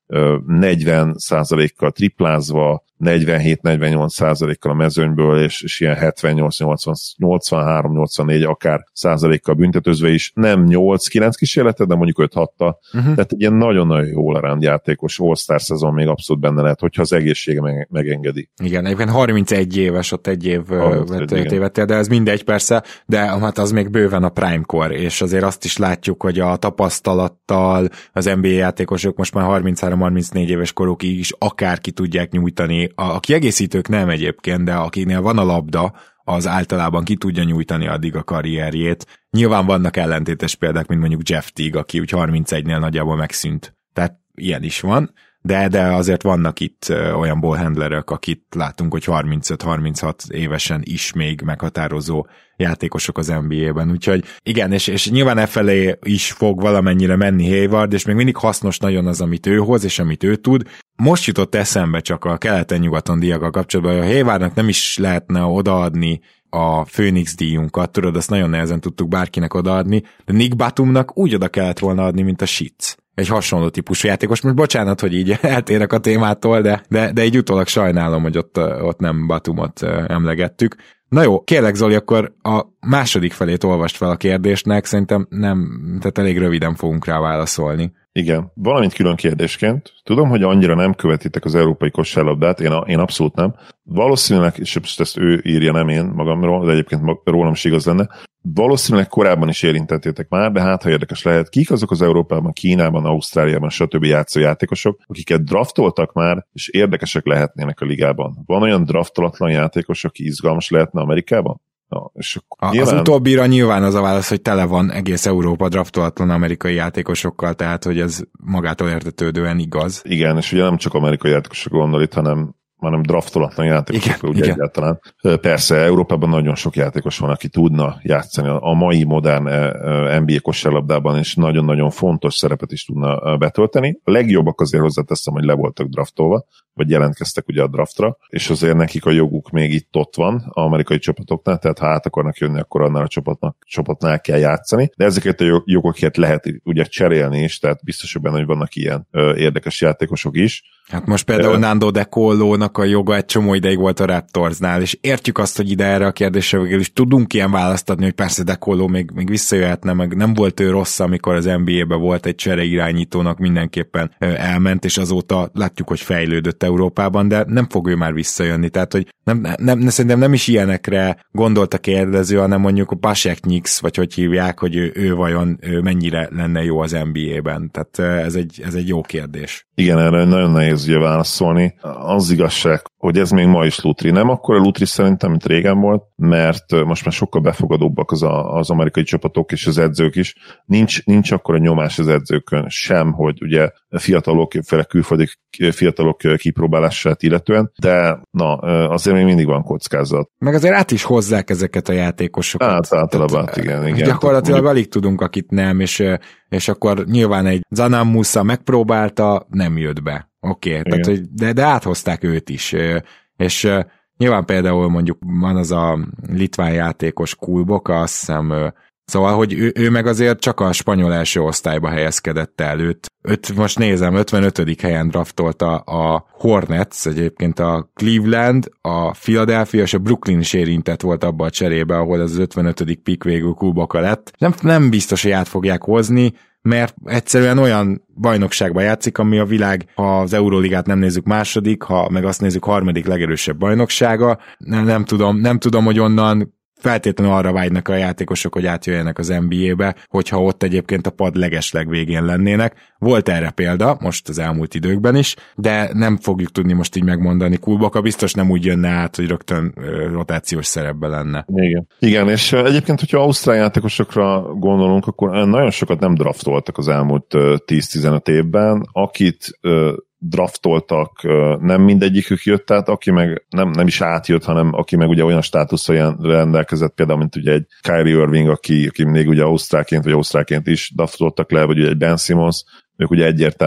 negyven százalékkal triplázva, negyvenhét negyvennyolc százalékkal a mezőnyből, és, és ilyen hetvennyolc nyolcvanhárom nyolcvannégy akár százalékkal büntetőzve is, nem nyolc kilenc kísérletet, de mondjuk öt hattal. Uh-huh. Tehát egy ilyen nagyon-nagyon jó around játékos All-Star szezon még abszolút benne lehet, hogyha az egészsége meg, megengedi. Igen, egyébként harmincegy éves, ott egy év tévedtél, de ez mindegy persze, de hát az még bőven a prime-kor, és azért azt is látjuk, hogy a tapasztalattal az en bé á játékosok most már harminchárom harmincnégy éves korukig is akárki tudják nyújtani. A, a kiegészítők nem egyébként, de akiknél van a labda, az általában ki tudja nyújtani addig a karrierjét. Nyilván vannak ellentétes példák, mint mondjuk Jeff Teague, aki úgy harmincegynél nagyjából megszűnt. Tehát ilyen is van, de, de azért vannak itt olyan ballhandlerek, akit látunk, hogy harmincöt harminchat évesen is még meghatározó játékosok az en bé á-ben, úgyhogy igen, és, és nyilván e felé is fog valamennyire menni Hayward, és még mindig hasznos nagyon az, amit ő hoz, és amit ő tud. Most jutott eszembe csak a keleten-nyugaton díjakkal kapcsolatban, hogy a Haywardnak nem is lehetne odaadni a Phoenix díjunkat, tudod, azt nagyon nehezen tudtuk bárkinek odaadni, de Nick Batumnak úgy oda kellett volna adni, mint a Shitz. Egy hasonló típusú játékos. Most bocsánat, hogy így eltérek a témától, de, de, de így utólag sajnálom, hogy ott, ott nem Batumot emlegettük. Na jó, kérlek Zoli, akkor a második felét olvast fel a kérdésnek, szerintem nem, tehát elég röviden fogunk rá válaszolni. Igen, valamint külön kérdésként. Tudom, hogy annyira nem követitek az európai kosárlabdát, én, a, én abszolút nem. Valószínűleg, és ezt ő írja, nem én magamról, de egyébként rólam is igaz lenne, valószínűleg korábban is érintettétek már, de hát ha érdekes lehet, kik azok az Európában, Kínában, Ausztráliában, stb. Játszó játékosok, akiket draftoltak már, és érdekesek lehetnének a ligában. Van olyan draftolatlan játékos, aki izgalmas lehetne Amerikában? Na, és a, nyilván... Az utóbbira nyilván az a válasz, hogy tele van egész Európa draftolatlan amerikai játékosokkal, tehát hogy ez magától értetődően igaz. Igen, és ugye nem csak amerikai játékosok gondol itt, hanem hanem draftolatlan játékosokra, ugye igen. Egyáltalán. Persze, Európában nagyon sok játékos van, aki tudna játszani a mai modern en bé á kosárlabdában, és nagyon-nagyon fontos szerepet is tudna betölteni. A legjobbak azért hozzáteszem, hogy le voltak draftolva, vagy jelentkeztek ugye a draftra, és azért nekik a joguk még itt ott van az amerikai csapatoknál, tehát ha át akarnak jönni, akkor annál a csapatnak, csapatnál kell játszani, de ezeket a jogokat lehet ugye cserélni is, tehát biztos benne, hogy vannak ilyen ö, érdekes játékosok is. Hát most például Nando De Collónak a joga egy csomó ideig volt a Raptorsnál, és értjük azt, hogy ide erre a kérdésre végül is tudunk ilyen választ adni, hogy persze De Colló még, még visszajöhetne, meg nem volt ő rossz, amikor az en bé á-ben volt egy csereirányítónak, mindenképpen elment, és azóta látjuk, hogy fejlődött Európában, de nem fog ő már visszajönni, tehát hogy nem, nem, nem, szerintem nem is ilyenekre gondolt a kérdező, hanem mondjuk a Pasek Nyix, vagy hogy hívják, hogy ő, ő vajon ő mennyire lenne jó az en bé á-ben, tehát ez egy, ez egy jó kérdés. Igen, erre nagyon nehéz ugye válaszolni. Az igazság, hogy ez még ma is lutri. Nem akkor a lutri szerintem, mint régen volt, mert most már sokkal befogadóbbak az, a, az amerikai csapatok és az edzők is. Nincs, nincs akkor a nyomás az edzőkön sem, hogy ugye fiatalok, főleg külföldi fiatalok kipróbálását illetően, de na, azért még mindig van kockázat. Meg azért át is hozzák ezeket a játékosokat. Hát általában, tehát, igen, igen. Gyakorlatilag tehát, alig tudunk, akit nem, és, és akkor nyilván egy Zanam Musa megpróbálta, nem jött be. Oké, okay, tehát, hogy de, de áthozták őt is, és nyilván például mondjuk van az a litván játékos Kulboka, azt hiszem, szóval, hogy ő, ő meg azért csak a spanyol első osztályba helyezkedett el őt. Öt, most nézem, ötvenötödik helyen draftolta a Hornets, egyébként a Cleveland, a Philadelphia és a Brooklyn is érintett volt abba a cserébe, ahol az ötvenötödik pick végül Kulboka lett. Nem, nem biztos, hogy át fogják hozni, mert egyszerűen olyan bajnokságban játszik, ami a világ, ha az Euróligát nem nézzük második, ha meg azt nézzük harmadik legerősebb bajnoksága. Nem, nem tudom, nem tudom, hogy onnan feltétlenül arra vágynak a játékosok, hogy átjöjjenek az en bé á-be, hogyha ott egyébként a pad legesleg végén lennének. Volt erre példa, most az elmúlt időkben is, de nem fogjuk tudni most így megmondani. Kulboka biztos nem úgy jönne át, hogy rögtön ö, rotációs szerepben lenne. Igen. Igen, és egyébként, hogyha ausztrál játékosokra gondolunk, akkor nagyon sokat nem draftoltak az elmúlt tíz-tizenöt évben, akit ö, draftoltak, nem mindegyikük jött át, aki meg nem, nem is átjött, hanem aki meg ugye olyan státuszon rendelkezett, például, mint ugye egy Kyrie Irving, aki, aki még ugye ausztrálként, vagy ausztrálként is draftoltak le, vagy ugye egy Ben Simmons, ők ugye egyértelműen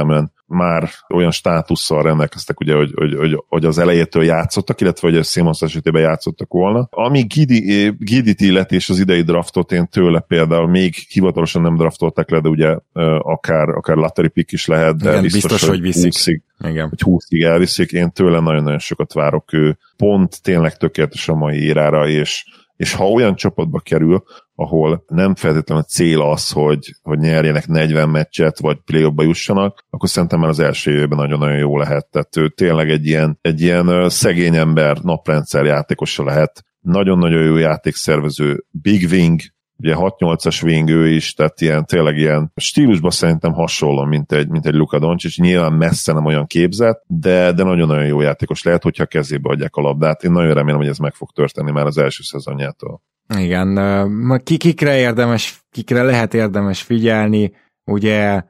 már olyan státusszal rendelkeztek, ugye, hogy, hogy, hogy, hogy az elejétől játszottak, illetve hogy a Simmons esetében játszottak volna. Ami Giddeyt illeti és az idei draftot, én tőle például még hivatalosan nem draftolták le, de ugye akár, akár lottery pick is lehet, de igen, biztos, biztos, hogy viszik. húszig, igen. Hogy húszig elviszik. Én tőle nagyon-nagyon sokat várok. Ő pont tényleg tökéletes a mai érára, és, és ha olyan csapatba kerül, ahol nem feltétlenül a cél az, hogy, hogy nyerjenek negyven meccset, vagy play-offba jussanak, akkor szerintem már az első évben nagyon-nagyon jó lehet. Tehát ő tényleg egy ilyen, egy ilyen szegény ember naprendszer játékosa lehet. Nagyon-nagyon jó játékszervező, big wing, ugye hat nyolcas wing ő is, tehát ilyen, tényleg ilyen stílusban szerintem hasonló, mint egy, mint egy Luka Doncic, nyilván messze nem olyan képzett, de, de nagyon-nagyon jó játékos lehet, hogyha kezébe adják a labdát. Én nagyon remélem, hogy ez meg fog történni már az első szezonjától. Igen, kikre érdemes, kikre lehet érdemes figyelni, ugye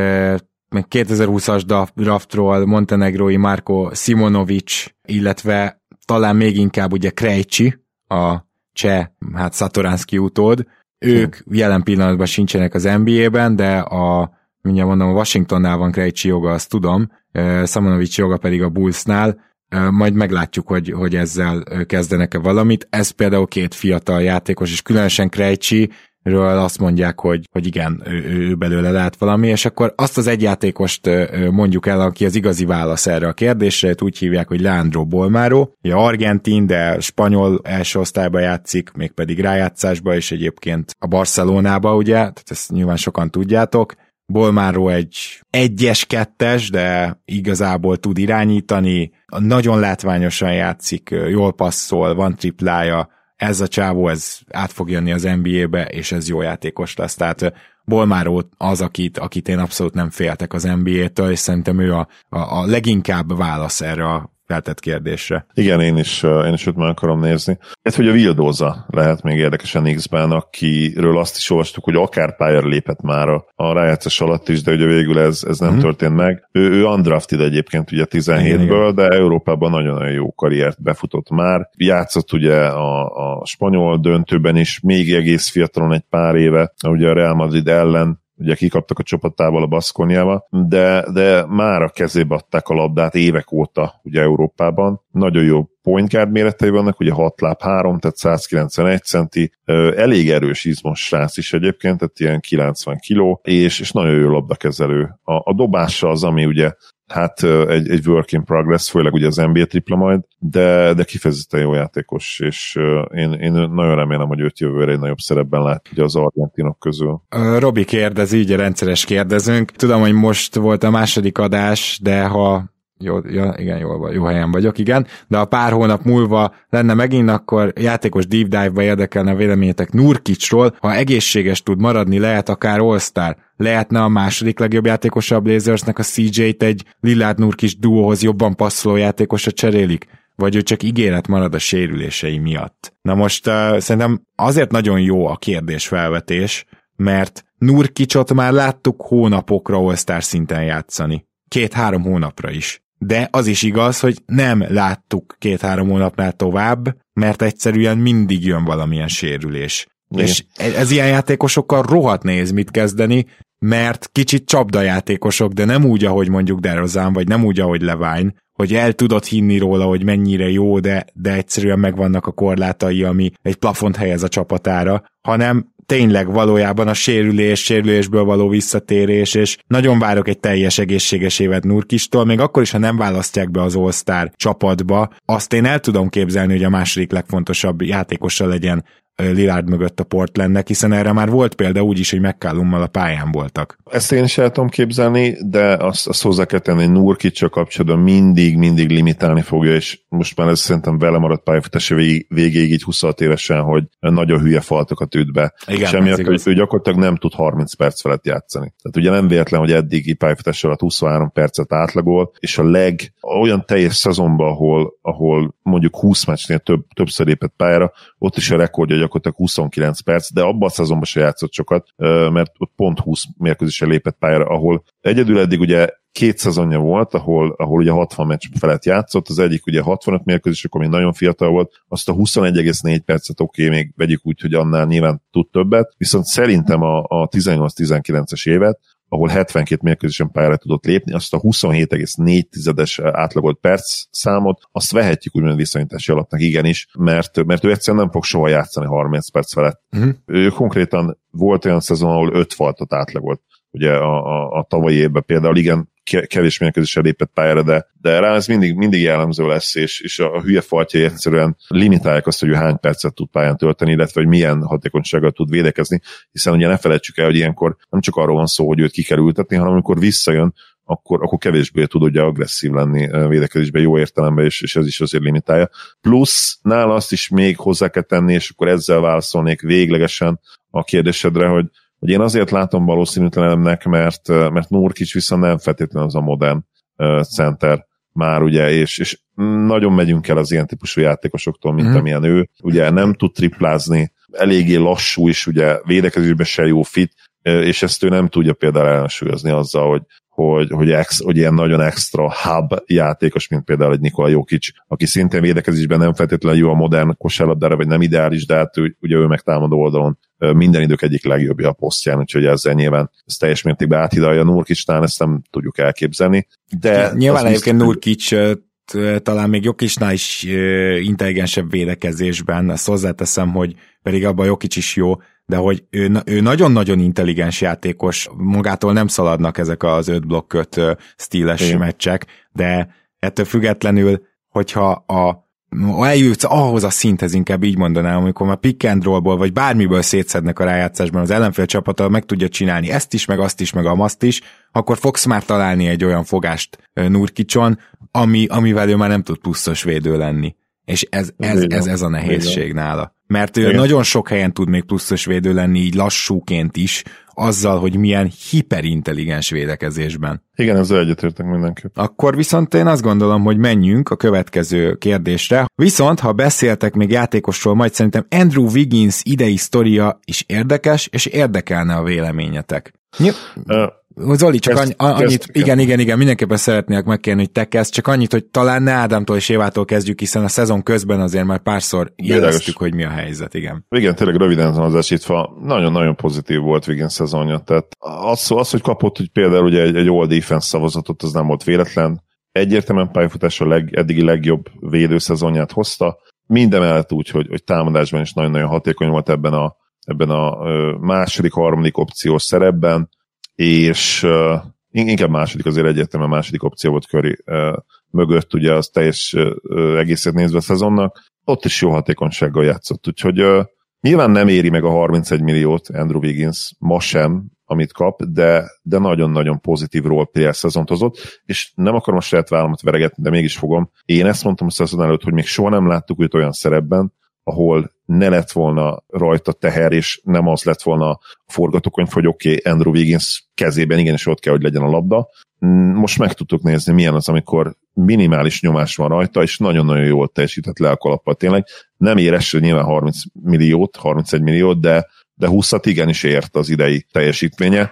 még kétezer-húszas draftról Montenegrói Marko Simonovic, illetve talán még inkább ugye Krejci, a cseh, hát Satoranski utód, ők jelen pillanatban sincsenek az en bé á-ben, de a, mindjárt mondom, a Washingtonnál van Krejci joga, azt tudom, Simonovic joga pedig a Bullsnál, majd meglátjuk, hogy, hogy ezzel kezdenek-e valamit. Ez például két fiatal játékos, és különösen Krejciről azt mondják, hogy, hogy igen, ő, ő belőle lehet valami, és akkor azt az egy játékost mondjuk el, aki az igazi válasz erre a kérdésre, úgy hívják, hogy Leandro Bolmaro, ugye argentin, de spanyol első osztályba játszik, mégpedig rájátszásba, és egyébként a Barcelonába, ugye, tehát ezt nyilván sokan tudjátok. Bolmaro egy egyes, kettes, de igazából tud irányítani, nagyon látványosan játszik, jól passzol, van triplája, ez a csávó, ez át fog jönni az en bé á-be, és ez jó játékos lesz, tehát Bolmaro az, akit, akit én abszolút nem féltek az en bé á-től, és szerintem ő a, a, a leginkább válasz erre a feltett kérdésre. Igen, én is, én is őt meg akarom nézni. Ez, hogy a Vildoza lehet még érdekesen X-ben, akiről azt is olvastuk, hogy akár pályára lépett már a, a rájátszás alatt is, de ugye végül ez, ez nem mm-hmm. történt meg. Ő, ő undrafted egyébként ugye tizenhétből, de Európában nagyon-nagyon jó karriert befutott már. Játszott ugye a, a spanyol döntőben is, még egész fiatalon egy pár éve, ugye a Real Madrid ellen, ugye kikaptak a csapatával a Baskoniával, de, de már a kezébe adták a labdát évek óta ugye Európában. Nagyon jó point guard méretei vannak, ugye hat láb három, tehát százkilencvenegy centi, elég erős izmos srác is egyébként, tehát ilyen kilencven kiló, és, és nagyon jó labdakezelő. A, a dobása az, ami ugye hát egy, egy work in progress, főleg ugye az en bé á tripla majd, de, de kifejezetten jó játékos, és én, én nagyon remélem, hogy őt jövőre egy nagyobb szerepben lát ugye az argentinok közül. Robi kérdezi, így a rendszeres kérdezünk. Tudom, hogy most volt a második adás, de ha Jó, ja, igen, jól, jó helyen vagyok, igen, de ha pár hónap múlva lenne megint, akkor játékos deep dive-ba érdekelne a véleményetek Nurkicsról, ha egészséges tud maradni, lehet akár All-Star, lehetne a második legjobb játékosa a Blazersnek a cé jét egy Lillard Nurkic duóhoz jobban passzoló játékosra cserélik? Vagy ő csak ígéret marad a sérülései miatt? Na most uh, szerintem azért nagyon jó a kérdésfelvetés, mert Nurkicot már láttuk hónapokra All-Star szinten játszani. Két-három hónapra is. De az is igaz, hogy nem láttuk két-három hónapnál tovább, mert egyszerűen mindig jön valamilyen sérülés. Igen. És ez ilyen játékosokkal rohadt nehéz mit kezdeni, mert kicsit csapdajátékosok, de nem úgy, ahogy mondjuk DeRozan, vagy nem úgy, ahogy Levine, hogy el tudod hinni róla, hogy mennyire jó, de, de egyszerűen megvannak a korlátai, ami egy plafont helyez a csapatára, hanem tényleg valójában a sérülés, sérülésből való visszatérés, és nagyon várok egy teljes egészséges évet Nurkicstól, még akkor is, ha nem választják be az All-Star csapatba, azt én el tudom képzelni, hogy a második legfontosabb játékosa legyen Lillard mögött a Portlandnek, hiszen erre már volt példa úgy is, hogy McCallummal a pályán voltak. Ezt én is el tudom képzelni, de azt, azt hozzá kell tenni, hogy Nurkic-sal kapcsolatban mindig, mindig limitálni fogja, és most már ez szerintem vele maradt pályafutása vég, végéig így huszonhat évesen, hogy nagyon hülye faltokat üt be. Igen, és emiatt, hogy ő gyakorlatilag nem tud harminc perc felett játszani. Tehát ugye nem véletlen, hogy eddigi pályafutás alatt huszonhárom percet átlagol, és a leg olyan teljes szezonban, ahol, ahol mondjuk húsz meccsnél több, többször lépett pályára, ott is a rekordja gyakorlatilag huszonkilenc perc, de abban a szezonban se játszott sokat, mert ott pont húsz mérkőzésre lépett pályára, ahol egyedül eddig ugye két szezonja volt, ahol, ahol ugye hatvan meccs felett játszott, az egyik ugye hatvanöt mérkőzés, akkor még nagyon fiatal volt, azt a huszonegy egész négy percet oké, okay, még vegyük úgy, hogy annál nyilván tud többet, viszont szerintem a, a tizennyolc tizenkilences évet, ahol hetvenkét mérkőzésen pályára tudott lépni, azt a huszonhét egész négy tizedes átlagolt perc számot, azt vehetjük úgymond viszonyítási alapnak igenis, mert, mert ő egyszerűen nem fog soha játszani harminc perc felett. Uh-huh. Ő konkrétan volt olyan szezon, ahol öt faltot átlagolt. Ugye a, a, a tavalyi évben például igen, kevés mérkőzéssel lépett pályára, de, de rá ez mindig, mindig jellemző lesz, és, és a hülye faltjai egyszerűen limitálják azt, hogy ő hány percet tud pályán tölteni, illetve hogy milyen hatékonysággal tud védekezni, hiszen ugye ne felejtsük el, hogy ilyenkor nem csak arról van szó, hogy őt ki kell ültetni, hanem amikor visszajön, akkor, akkor kevésbé tud ugye agresszív lenni védekezésben, jó értelemben, és, és ez is azért limitálja. Plusz nála azt is még hozzá kell tenni, és akkor ezzel válaszolnék véglegesen a kérdésedre, hogy hogy én azért látom valószínűtlenemnek, mert, mert Nurkic viszont nem feltétlenül az a modern uh, center már, ugye, és, és nagyon megyünk el az ilyen típusú játékosoktól, mint mm. amilyen ő. Ugye nem tud triplázni, eléggé lassú is, ugye védekezésben se jó fit, és ezt ő nem tudja például ellensúlyozni azzal, hogy Hogy, hogy, ex, hogy ilyen nagyon extra hub játékos, mint például egy Nikola Jokic, aki szintén védekezésben nem feltétlenül jó a modern kosárlabdára, vagy nem ideális, de hát ő, ugye ő meg támadó oldalon minden idők egyik legjobbja a posztján, úgyhogy ezzel nyilván ez teljes mértékben áthidalja Nurkicnál, ezt nem tudjuk elképzelni. De nyilván egyébként Nurkic talán még Jokicnál is intelligensebb védekezésben, ezt hozzáteszem, hogy pedig abban Jokic is jó, de hogy ő, ő nagyon-nagyon intelligens játékos, magától nem szaladnak ezek az öt blokk-öt stíles meccsek, de ettől függetlenül, hogyha a eljutsz ahhoz a szinthez, inkább így mondanám, amikor már pick and rollból, vagy bármiből szétszednek a rájátszásban, az ellenfél csapata meg tudja csinálni ezt is, meg azt is, meg amazt is, akkor fogsz már találni egy olyan fogást Nurkicson, ami, amivel ő már nem tud pluszos védő lenni. És ez, ez, ez, ez a nehézség nála. Mert ő Igen. nagyon sok helyen tud még pluszos védő lenni, így lassúként is, azzal, hogy milyen hiperintelligens védekezésben. Igen, ezzel egyetértek mindenképp. Akkor viszont én azt gondolom, hogy menjünk a következő kérdésre. Viszont, ha beszéltek még játékosról, majd szerintem Andrew Wiggins idei sztoria is érdekes, és érdekelne a véleményetek. Ny- uh. Zoli, csak annyi, annyit, igen, igen, igen, mindenképpen szeretnék megkérni, hogy te kezd, csak annyit, hogy talán ne Ádámtól és Évától kezdjük, hiszen a szezon közben azért már párszor jeleztük, hogy mi a helyzet, igen. Igen, tényleg röviden az esítve, nagyon-nagyon pozitív volt Wiggins szezonja, tehát az, az hogy kapott, hogy például ugye egy, egy all defense szavazatot, az nem volt véletlen, egyértelműen pályafutás a leg, eddigi legjobb védőszezonját hozta, mindemellett úgy, hogy, hogy támadásban is nagyon-nagyon hatékony volt ebben a, ebben a második, harmadik opciós szerepben, és uh, inkább második, azért egyértelműen második opció volt Curry uh, mögött, ugye az teljes uh, egészet nézve a szezonnak, ott is jó hatékonysággal játszott, úgyhogy uh, nyilván nem éri meg a harmincegy milliót Andrew Wiggins, ma sem, amit kap, de, de nagyon-nagyon pozitív roleplayer szezont hozott, és nem akarom a saját vállamat veregetni, de mégis fogom. Én ezt mondtam a szezon előtt, hogy még soha nem láttuk őt olyan szerepben, ahol ne lett volna rajta teher, és nem az lett volna a forgatókönyv, hogy oké, okay, Andrew Wiggins kezében igenis ott kell, hogy legyen a labda. Most meg tudtuk nézni, milyen az, amikor minimális nyomás van rajta, és nagyon-nagyon jól teljesített le a kalappal. Tényleg nem ér eső nyilván harminc milliót, harmincegy milliót, de, de húszat igenis ért az idei teljesítménye,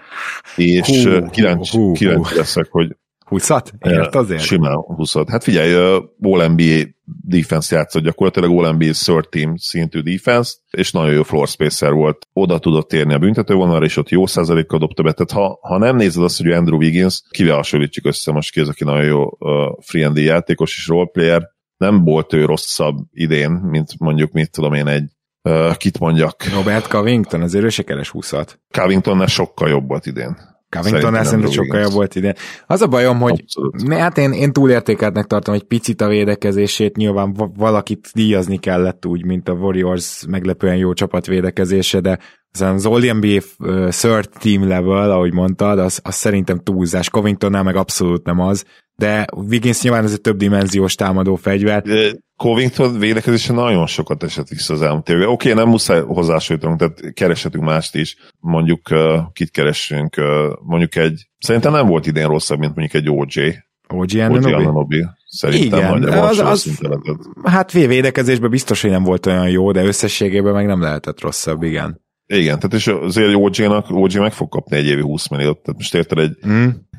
és hú, kíváncsi, hú, hú, kíváncsi hú. leszek, hogy húszat? Ért azért? Simán húszat. Hát figyelj, All en bé á defense játszott, gyakorlatilag All en bé á third team szintű defense, és nagyon jó floor spacer volt. Oda tudott érni a büntetővonalra, és ott jó százalékkal dobta be. Tehát ha, ha nem nézed azt, hogy Andrew Wiggins, kivel hasonlítjuk össze most ki, ez aki nagyon jó uh, free and D játékos és roleplayer, nem volt ő rosszabb idén, mint mondjuk, mit tudom én, egy uh, kit mondjak. Robert Covington, azért ő se keres húszat. Covingtonnál sokkal jobb volt idén. Covington szerintem sokkal jobb volt ide. Az a bajom, hogy ne, hát én, én túlértékeltnek tartom egy picit a védekezését, nyilván valakit díjazni kellett úgy, mint a Warriors meglepően jó csapat védekezése, de az All en bé á third team level, ahogy mondtad, az, az szerintem túlzás. Covingtonnál meg abszolút nem az, de Wiggins nyilván ez egy több dimenziós támadó fegyver. Covington védekezése nagyon sokat esett vissza az elmúlt évben. Oké, okay, nem muszáj hozzásújtanunk, tehát kereshetünk mást is. Mondjuk uh, kit keressünk, uh, mondjuk egy, szerintem nem volt idén rosszabb, mint mondjuk egy o jé. o jé Anunoby. Szerintem igen, az, az, hát védekezésben biztos, hogy nem volt olyan jó, de összességében meg nem lehetett rosszabb, igen. Igen, tehát és azért o jé-nak, o jé meg fog kapni egy évi húsz milliót, tehát most érted egy, mm.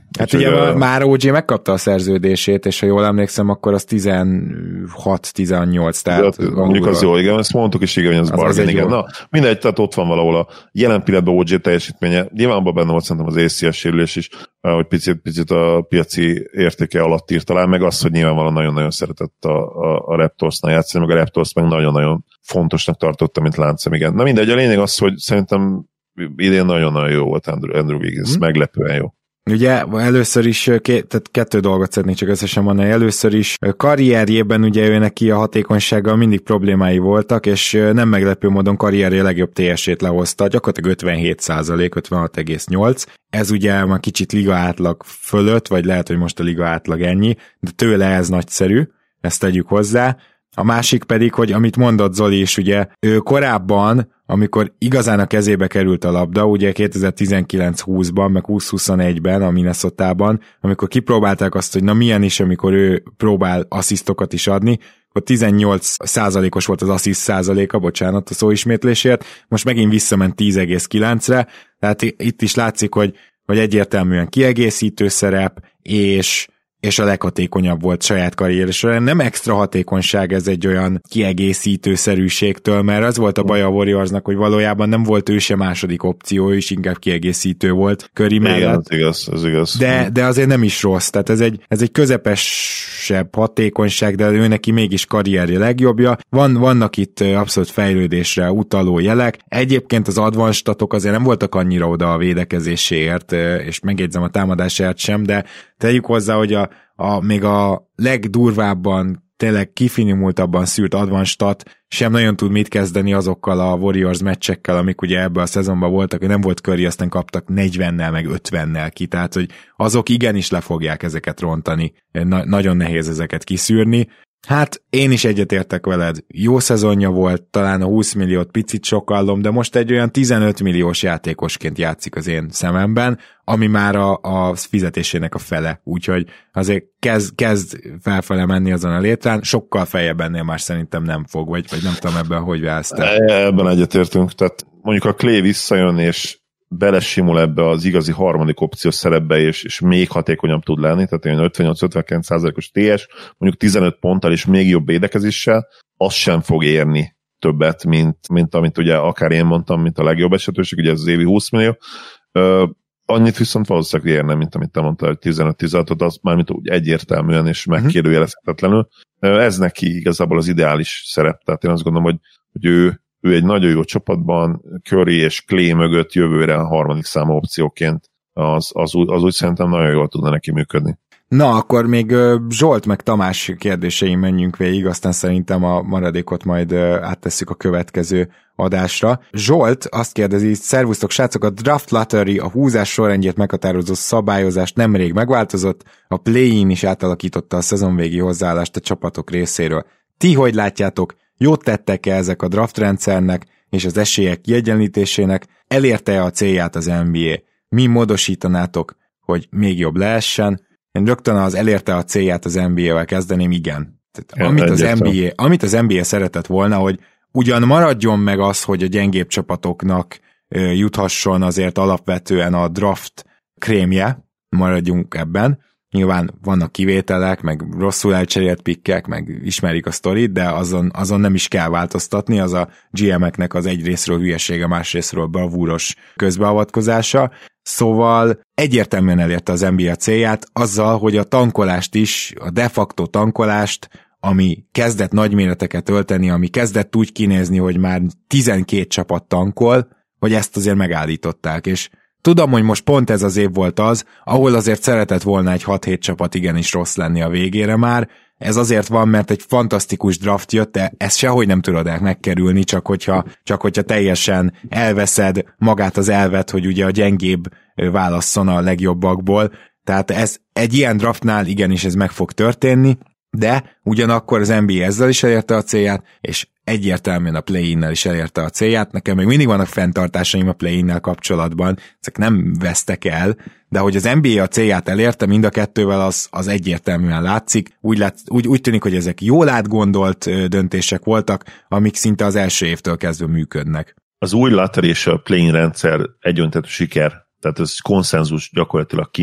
Hát ugye a... már o gé megkapta a szerződését, és ha jól emlékszem, akkor az tizenhat tizennyolc, tehát... Ja, mondjuk az jó, igen, ezt mondtuk is, igen, hogy az, az bargain, igen. Na, mindegy, tehát ott van valahol a jelen pillanatban o gé teljesítménye. Nyilvánban benne volt szerintem az á cé es sérülés is, hogy picit, picit a piaci értéke alatt írt talán, meg az, hogy nyilvánvalóan nagyon-nagyon szeretett a, a, a Raptorsnál játszani, meg a Raptors meg nagyon-nagyon fontosnak tartotta, mint láncem, igen. Na mindegy, a lényeg az, hogy szerintem idén nagyon-nagyon jó volt Andrew, Andrew Wiggins, hmm. meglepően jó. Ugye először is, két, tehát kettő dolgot szeretnék csak összesen mondani. Először is karrierjében ugye ő neki a hatékonysággal mindig problémái voltak, és nem meglepő módon karrierje legjobb té es-ét lehozta, gyakorlatilag ötvenhét százalék, ötvenhat egész nyolc. Ez ugye már kicsit liga átlag fölött, vagy lehet, hogy most a liga átlag ennyi, de tőle ez nagyszerű, ezt tegyük hozzá. A másik pedig, hogy amit mondott Zoli is, ugye ő korábban, amikor igazán a kezébe került a labda, ugye kétezer-tizenkilenc húszban, meg húsz huszonegyben a Minnesotában, amikor kipróbálták azt, hogy na milyen is, amikor ő próbál asszisztokat is adni, akkor tizennyolc százalékos volt az assziszt százaléka, bocsánat a szóismétlésért, most megint visszament tíz egész kilencre, tehát itt is látszik, hogy, hogy egyértelműen kiegészítő szerep, és és a leghatékonyabb volt saját karrier során. Nem extra hatékonyság ez egy olyan kiegészítőszerűségtől, mert az volt a baj a Warriorsnak, hogy valójában nem volt ő se második opció, és inkább kiegészítő volt Curry mellett. Igen, ez igaz, ez igaz. De, de azért nem is rossz, tehát ez egy, ez egy közepesebb hatékonyság, de ő neki mégis karrierje legjobbja. Van, vannak itt abszolút fejlődésre utaló jelek. Egyébként az advanced statok azért nem voltak annyira oda a védekezéséért, és megjegyzem a támadásért sem, de tegyük hozzá, hogy a, a, még a legdurvábban, tényleg kifinomultabban szűrt advanced stat sem nagyon tud mit kezdeni azokkal a Warriors meccsekkel, amik ugye ebben a szezonban voltak, hogy nem volt Curry, aztán kaptak negyvennel, meg ötvennel ki, tehát hogy azok igenis le fogják ezeket rontani. Na, nagyon nehéz ezeket kiszűrni. Hát én is egyetértek veled, jó szezonja volt, talán a húsz milliót picit sokallom, de most egy olyan tizenöt milliós játékosként játszik az én szememben, ami már a, a fizetésének a fele, úgyhogy azért kezd, kezd felfele menni azon a létrán, sokkal feljebb ennél már szerintem nem fog, vagy, vagy nem tudom ebben, hogy válsz te. Ebben egyetértünk, tehát mondjuk a Clay visszajön, és belesimul ebbe az igazi harmadik opciós szerepbe, és, és még hatékonyabb tud lenni, tehát olyan ötvennyolc-ötvenkilenc százalékos té es, mondjuk tizenöt ponttal és még jobb védekezéssel, az sem fog érni többet, mint, mint amit ugye akár én mondtam, mint a legjobb esetőség, ugye ez az évi húsz millió. Ö, annyit viszont valószínűleg érne, mint amit te mondtál, hogy tizenöt-tizenhatot, az mármint úgy egyértelműen és megkérdőjelezhetetlenül. Ez neki igazából az ideális szerep, tehát én azt gondolom, hogy, hogy ő ő egy nagyon jó csapatban, Curry és Clay mögött jövőre a harmadik számú opcióként, az, az, úgy, az úgy szerintem nagyon jól tudna neki működni. Na, akkor még Zsolt meg Tamás kérdéseim menjünk végig, aztán szerintem a maradékot majd áttesszük a következő adásra. Zsolt azt kérdezi, szervusztok srácok, a draft lottery, a húzás sorrendjét meghatározó szabályozást nemrég megváltozott, a play-in is átalakította a szezonvégi hozzáállást a csapatok részéről. Ti hogy látjátok? Jót tettek-e ezek a draft rendszernek és az esélyek kiegyenlítésének? Elérte-e a célját az en bé á? Mi módosítanátok, hogy még jobb lehessen? Én rögtön az elérte a célját az en bé á-vel kezdeném, igen. Tehát, amit, az en bé á, amit az en bé á szeretett volna, hogy ugyan maradjon meg az, hogy a gyengébb csapatoknak juthasson azért alapvetően a draft krémje, maradjunk ebben. Nyilván vannak kivételek, meg rosszul elcserélt pikkek, meg ismerik a sztorit, de azon, azon nem is kell változtatni, az a gé em-eknek az egyrészről hülyesége, másrészről bravúros közbeavatkozása. Szóval egyértelműen elérte az en bé á célját azzal, hogy a tankolást is, a de facto tankolást, ami kezdett nagyméreteket ölteni, ami kezdett úgy kinézni, hogy már tizenkét csapat tankol, hogy ezt azért megállították, és tudom, hogy most pont ez az év volt az, ahol azért szeretett volna egy hat-hét csapat igenis rossz lenni a végére már. Ez azért van, mert egy fantasztikus draft jött, de ezt sehogy nem tudod megkerülni, csak hogyha, csak hogyha teljesen elveszed magát az elvet, hogy ugye a gyengébb válasszon a legjobbakból. Tehát ez egy ilyen draftnál igenis ez meg fog történni, de ugyanakkor az en bé á ezzel is elérte a célját, és egyértelműen a play-innel is elérte a célját. Nekem még mindig vannak fenntartásaim a play-innel kapcsolatban, ezek nem vesztek el, de hogy az en bé á a célját elérte mind a kettővel, az, az egyértelműen látszik. Úgy, lát, úgy, úgy tűnik, hogy ezek jól átgondolt döntések voltak, amik szinte az első évtől kezdve működnek. Az új lottery és a play-in rendszer egyöntetű siker, tehát ez konszenzus gyakorlatilag kint.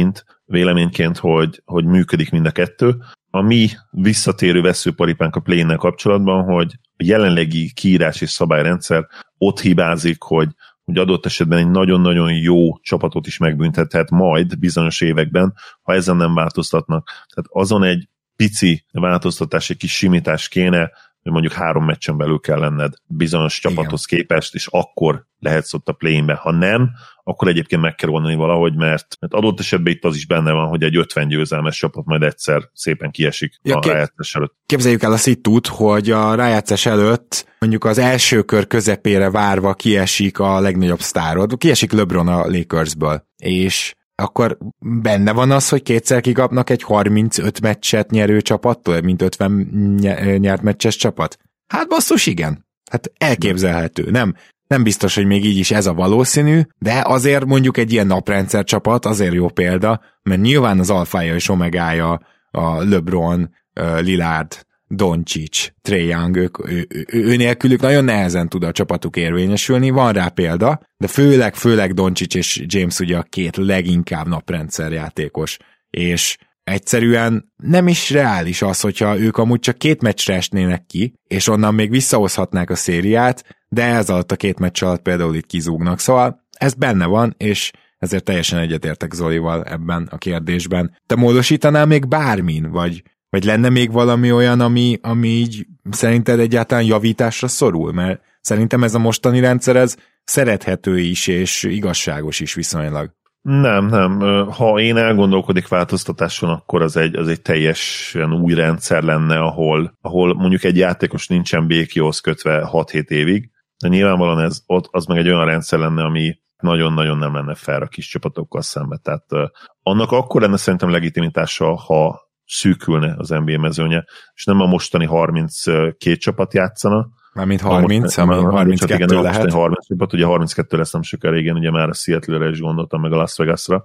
véleményként, hogy, hogy működik mind a kettő. A mi visszatérő veszőparipánk a play-innel kapcsolatban, hogy a jelenlegi kiírás és szabályrendszer ott hibázik, hogy, hogy adott esetben egy nagyon-nagyon jó csapatot is megbüntethet majd bizonyos években, ha ezen nem változtatnak. Tehát azon egy pici változtatás, egy kis simítás kéne, hogy mondjuk három meccsen belül kell lenned bizonyos csapathoz Igen. képest, és akkor lehetsz ott a play-inbe. Ha nem, akkor egyébként meg kell oldani valahogy, mert, mert adott esetben itt az is benne van, hogy egy ötven győzelmes csapat majd egyszer szépen kiesik ja, a kép- rájátszás előtt. Képzeljük el a szitút, hogy a rájátszás előtt mondjuk az első kör közepére várva kiesik a legnagyobb sztárod, kiesik LeBron a Lakersből, és akkor benne van az, hogy kétszer kikapnak egy harmincöt meccset nyerő csapattól, mint ötven nyert meccses csapat? Hát basszus, igen. Hát elképzelhető. Nem, nem biztos, hogy még így is ez a valószínű, de azért mondjuk egy ilyen naprendszer csapat azért jó példa, mert nyilván az alfája és omegája a LeBron, Lillard, Doncic, Trae Young, ők, ő, ő, ő nélkülük nagyon nehezen tud a csapatuk érvényesülni, van rá példa, de főleg, főleg Doncic és James ugye a két leginkább naprendszer játékos, és egyszerűen nem is reális az, hogyha ők amúgy csak két meccsre esnének ki, és onnan még visszahozhatnák a szériát, de ez alatt a két meccs alatt például itt kizúgnak, szóval ez benne van, és ezért teljesen egyetértek Zolival ebben a kérdésben. Te módosítanál még bármin, vagy Vagy lenne még valami olyan, ami, ami így szerinted egyáltalán javításra szorul? Mert szerintem ez a mostani rendszer, ez szerethető is, és igazságos is viszonylag. Nem, nem. Ha én elgondolkodik változtatáson, akkor az egy, az egy teljesen új rendszer lenne, ahol, ahol mondjuk egy játékos nincsen békihoz kötve hat-hét évig, de nyilvánvalóan ez, ott, az meg egy olyan rendszer lenne, ami nagyon-nagyon nem lenne fair a kis csapatokkal szemben. Tehát uh, annak akkor lenne szerintem legitimitása, ha szűkülne az en bé á mezőnye, és nem a mostani harminckét csapat játszana. Mármint harminc, ami harminckettő igen, lehet. harminc csapat, ugye harminckettő lesz nem sokkal régen, ugye már a Seattle-re is gondoltam, meg a Las Vegasra.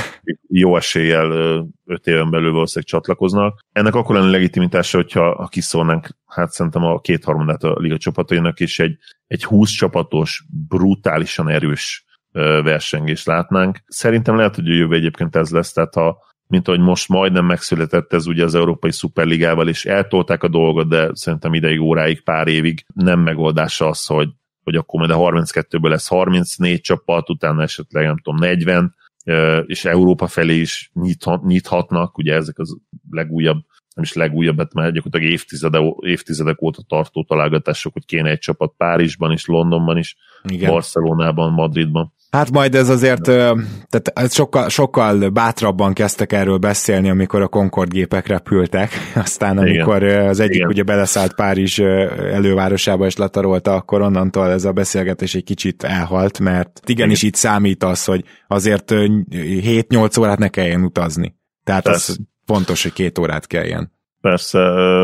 Jó eséllyel öt éven belül valószínűleg csatlakoznak. Ennek akkor lenne legitimitása, hogyha ha kiszólnánk, hát szerintem a kétharmadát a liga csapatainak, és egy, egy húsz csapatos, brutálisan erős versengést látnánk. Szerintem lehet, hogy a jövő egyébként ez lesz, tehát ha mint ahogy most majdnem megszületett ez ugye az Európai Szuperligával, és eltolták a dolgot, de szerintem ideig, óráig, pár évig nem megoldása az, hogy, hogy akkor majd a harminckettőből lesz harmincnégy csapat, utána esetleg nem tudom, negyven, és Európa felé is nyithatnak, ugye ezek az legújabb, nem is legújabb, mert már gyakorlatilag évtizedek, évtizedek óta tartó találgatások, hogy kéne egy csapat Párizsban is, Londonban is, igen. Barcelonában, Madridban. Hát majd ez azért, tehát ez sokkal, sokkal bátrabban kezdtek erről beszélni, amikor a Concorde gépek repültek, aztán amikor Igen. az egyik Igen. ugye beleszállt Párizs elővárosába és letarolta, akkor onnantól ez a beszélgetés egy kicsit elhalt, mert igenis Igen. itt számít az, hogy azért hét-nyolc órát ne kelljen utazni. Tehát Persze. az fontos, hogy két órát kelljen. Persze,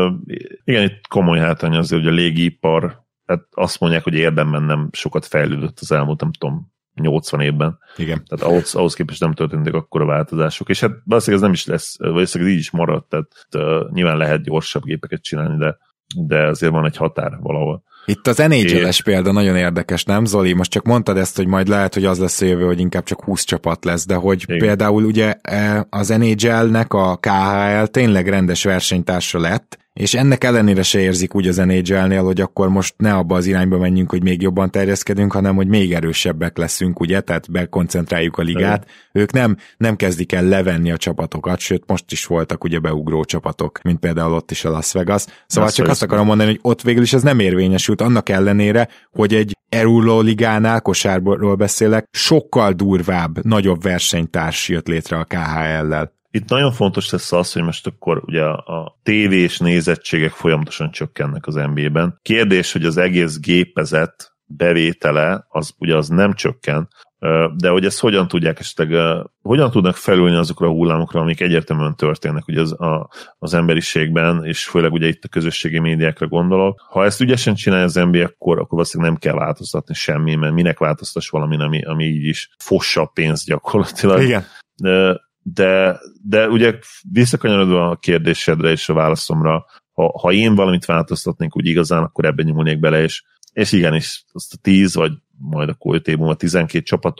igen, itt komoly hátrány azért, hogy a légipar, tehát azt mondják, hogy érdemben nem sokat fejlődött az elmúlt, nem tudom, nyolcvan évben. Igen. Tehát ahhoz, ahhoz képest nem történtek akkora változások, és hát valószínűleg ez nem is lesz, vagy ez így is maradt, tehát uh, nyilván lehet gyorsabb gépeket csinálni, de, de azért van egy határ valahol. Itt az en há el-es é... példa nagyon érdekes, nem Zoli? Most csak mondtad ezt, hogy majd lehet, hogy az lesz a jövő, hogy inkább csak húsz csapat lesz, de hogy Igen. például ugye az en há el-nek a ká há el tényleg rendes versenytársa lett, és ennek ellenére se érzik úgy az en há el-nél, hogy akkor most ne abba az irányba menjünk, hogy még jobban terjeszkedünk, hanem hogy még erősebbek leszünk, ugye, tehát bekoncentráljuk a ligát. Igen. Ők nem, nem kezdik el levenni a csapatokat, sőt most is voltak ugye beugró csapatok, mint például ott is a Las Vegas. Szóval Las csak Vegas. Azt akarom mondani, hogy ott végül is ez nem érvényesült, annak ellenére, hogy egy Euró ligánál, kosárból beszélek, sokkal durvább, nagyobb versenytárs jött létre a ká há el-lel. Itt nagyon fontos lesz az, hogy most akkor ugye a tévés nézettségek folyamatosan csökkennek az en bé á-ben. Kérdés, hogy az egész gépezet bevétele, az ugye az nem csökken, de hogy ezt hogyan tudják esetleg, hogyan tudnak felülni azokra a hullámokra, amik egyértelműen történnek ugye az, a, az emberiségben, és főleg ugye itt a közösségi médiákra gondolok. Ha ezt ügyesen csinálja az en bé á, akkor, akkor valószínűleg nem kell változtatni semmi, mert minek változtass valamin, ami, ami így is fossa a pénzt gyakorlatilag. Igen. De, De, de ugye visszakanyarodva a kérdésedre és a válaszomra, ha, ha én valamit változtatnék úgy igazán, akkor ebben nyomulnék bele, és, és igenis azt a tíz, vagy majd akkor öt év múlva tizenkét csapatot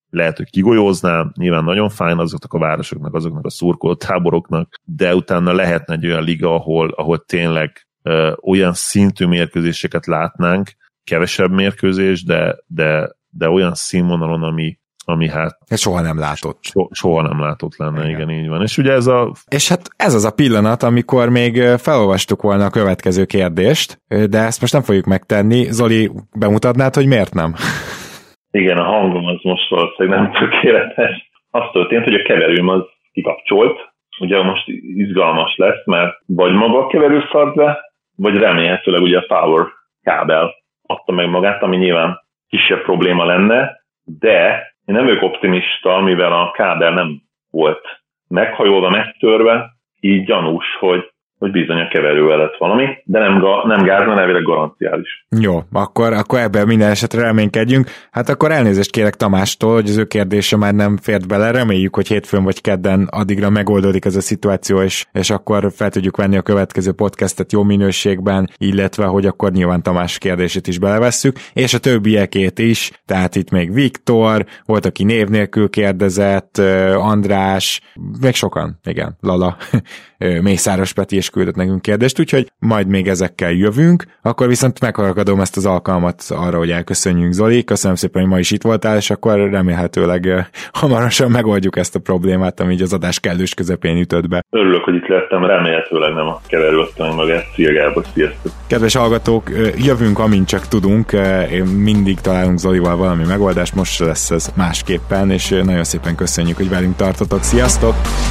lehet, hogy kigolyóznál, nyilván nagyon fájn azoknak a városoknak, azoknak a szurkoló táboroknak, de utána lehetne egy olyan liga, ahol, ahol tényleg ö, olyan szintű mérkőzéseket látnánk, kevesebb mérkőzés, de, de, de olyan színvonalon, ami, ami hát... Ez soha nem látott. So, soha nem látott lenne, igen. igen, így van. És ugye ez a... És hát ez az a pillanat, amikor még felolvastuk volna a következő kérdést, de ezt most nem fogjuk megtenni. Zoli, bemutatnád, hogy miért nem? Igen, a hangom az most valószínűleg nem tökéletes. Az történt, hogy a keverőm az kikapcsolt. Ugye most izgalmas lesz, mert vagy maga a keverő szart be, vagy remélhetőleg ugye a power kábel adta meg magát, ami nyilván kisebb probléma lenne, de én nem vagyok optimista, mivel a kábel nem volt meghajolva, megtörve, így gyanús, hogy, hogy bizony a keverővel lett valami, de nem, ga, nem gáz, mert elvileg garanciális. Jó, akkor, akkor ebben minden esetre reménykedjünk. Hát akkor elnézést kérek Tamástól, hogy az ő kérdése már nem fért bele, reméljük, hogy hétfőn vagy kedden addigra megoldódik ez a szituáció, és, és akkor fel tudjuk venni a következő podcastet jó minőségben, illetve, hogy akkor nyilván Tamás kérdését is belevesszük, és a többiekét is, tehát itt még Viktor, volt, aki név nélkül kérdezett, András, még sokan, igen, Lala, Mészáros Peti is küldött nekünk kérdést, úgyhogy majd még ezekkel jövünk, akkor viszont meghallgatom ezt az alkalmat arra, hogy elköszönjünk, Zoli. Köszönöm szépen, hogy ma is itt voltál, és akkor remélhetőleg hamarosan megoldjuk ezt a problémát, ami így az adás kellős közepén ütött be. Örülök, hogy itt lettem, remélhetőleg nem a keverőttem magát. Szia Gábor, sziasztok! Kedves hallgatók, jövünk, amint csak tudunk, mindig találunk Zolival valami megoldást, most lesz ez másképpen, és nagyon szépen köszönjük, hogy velünk tartotok. Sziasztok!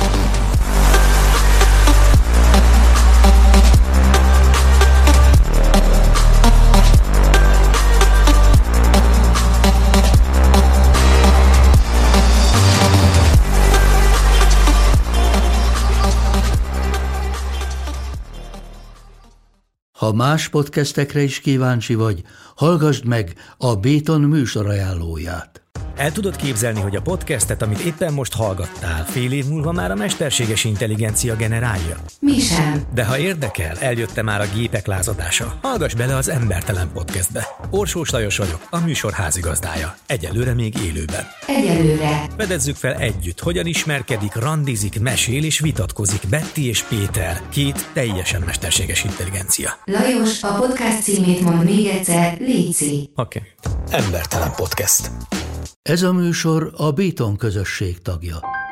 Ha más podcastekre is kíváncsi vagy, hallgassd meg a Béton műsor ajánlóját. El tudod képzelni, hogy a podcastet, amit éppen most hallgattál, fél év múlva már a mesterséges intelligencia generálja? Mi sem. De ha érdekel, eljött már a gépek lázadása. Hallgass bele az Embertelen Podcastbe. Orsós Lajos vagyok, a műsor házigazdája. Egyelőre még élőben. Egyelőre. Fedezzük fel együtt, hogyan ismerkedik, randizik, mesél és vitatkozik Betty és Péter, két teljesen mesterséges intelligencia. Lajos, a podcast címét mond még egyszer, léci. Oké. Okay. Embertelen Podcast. Ez a műsor a Béton közösség tagja.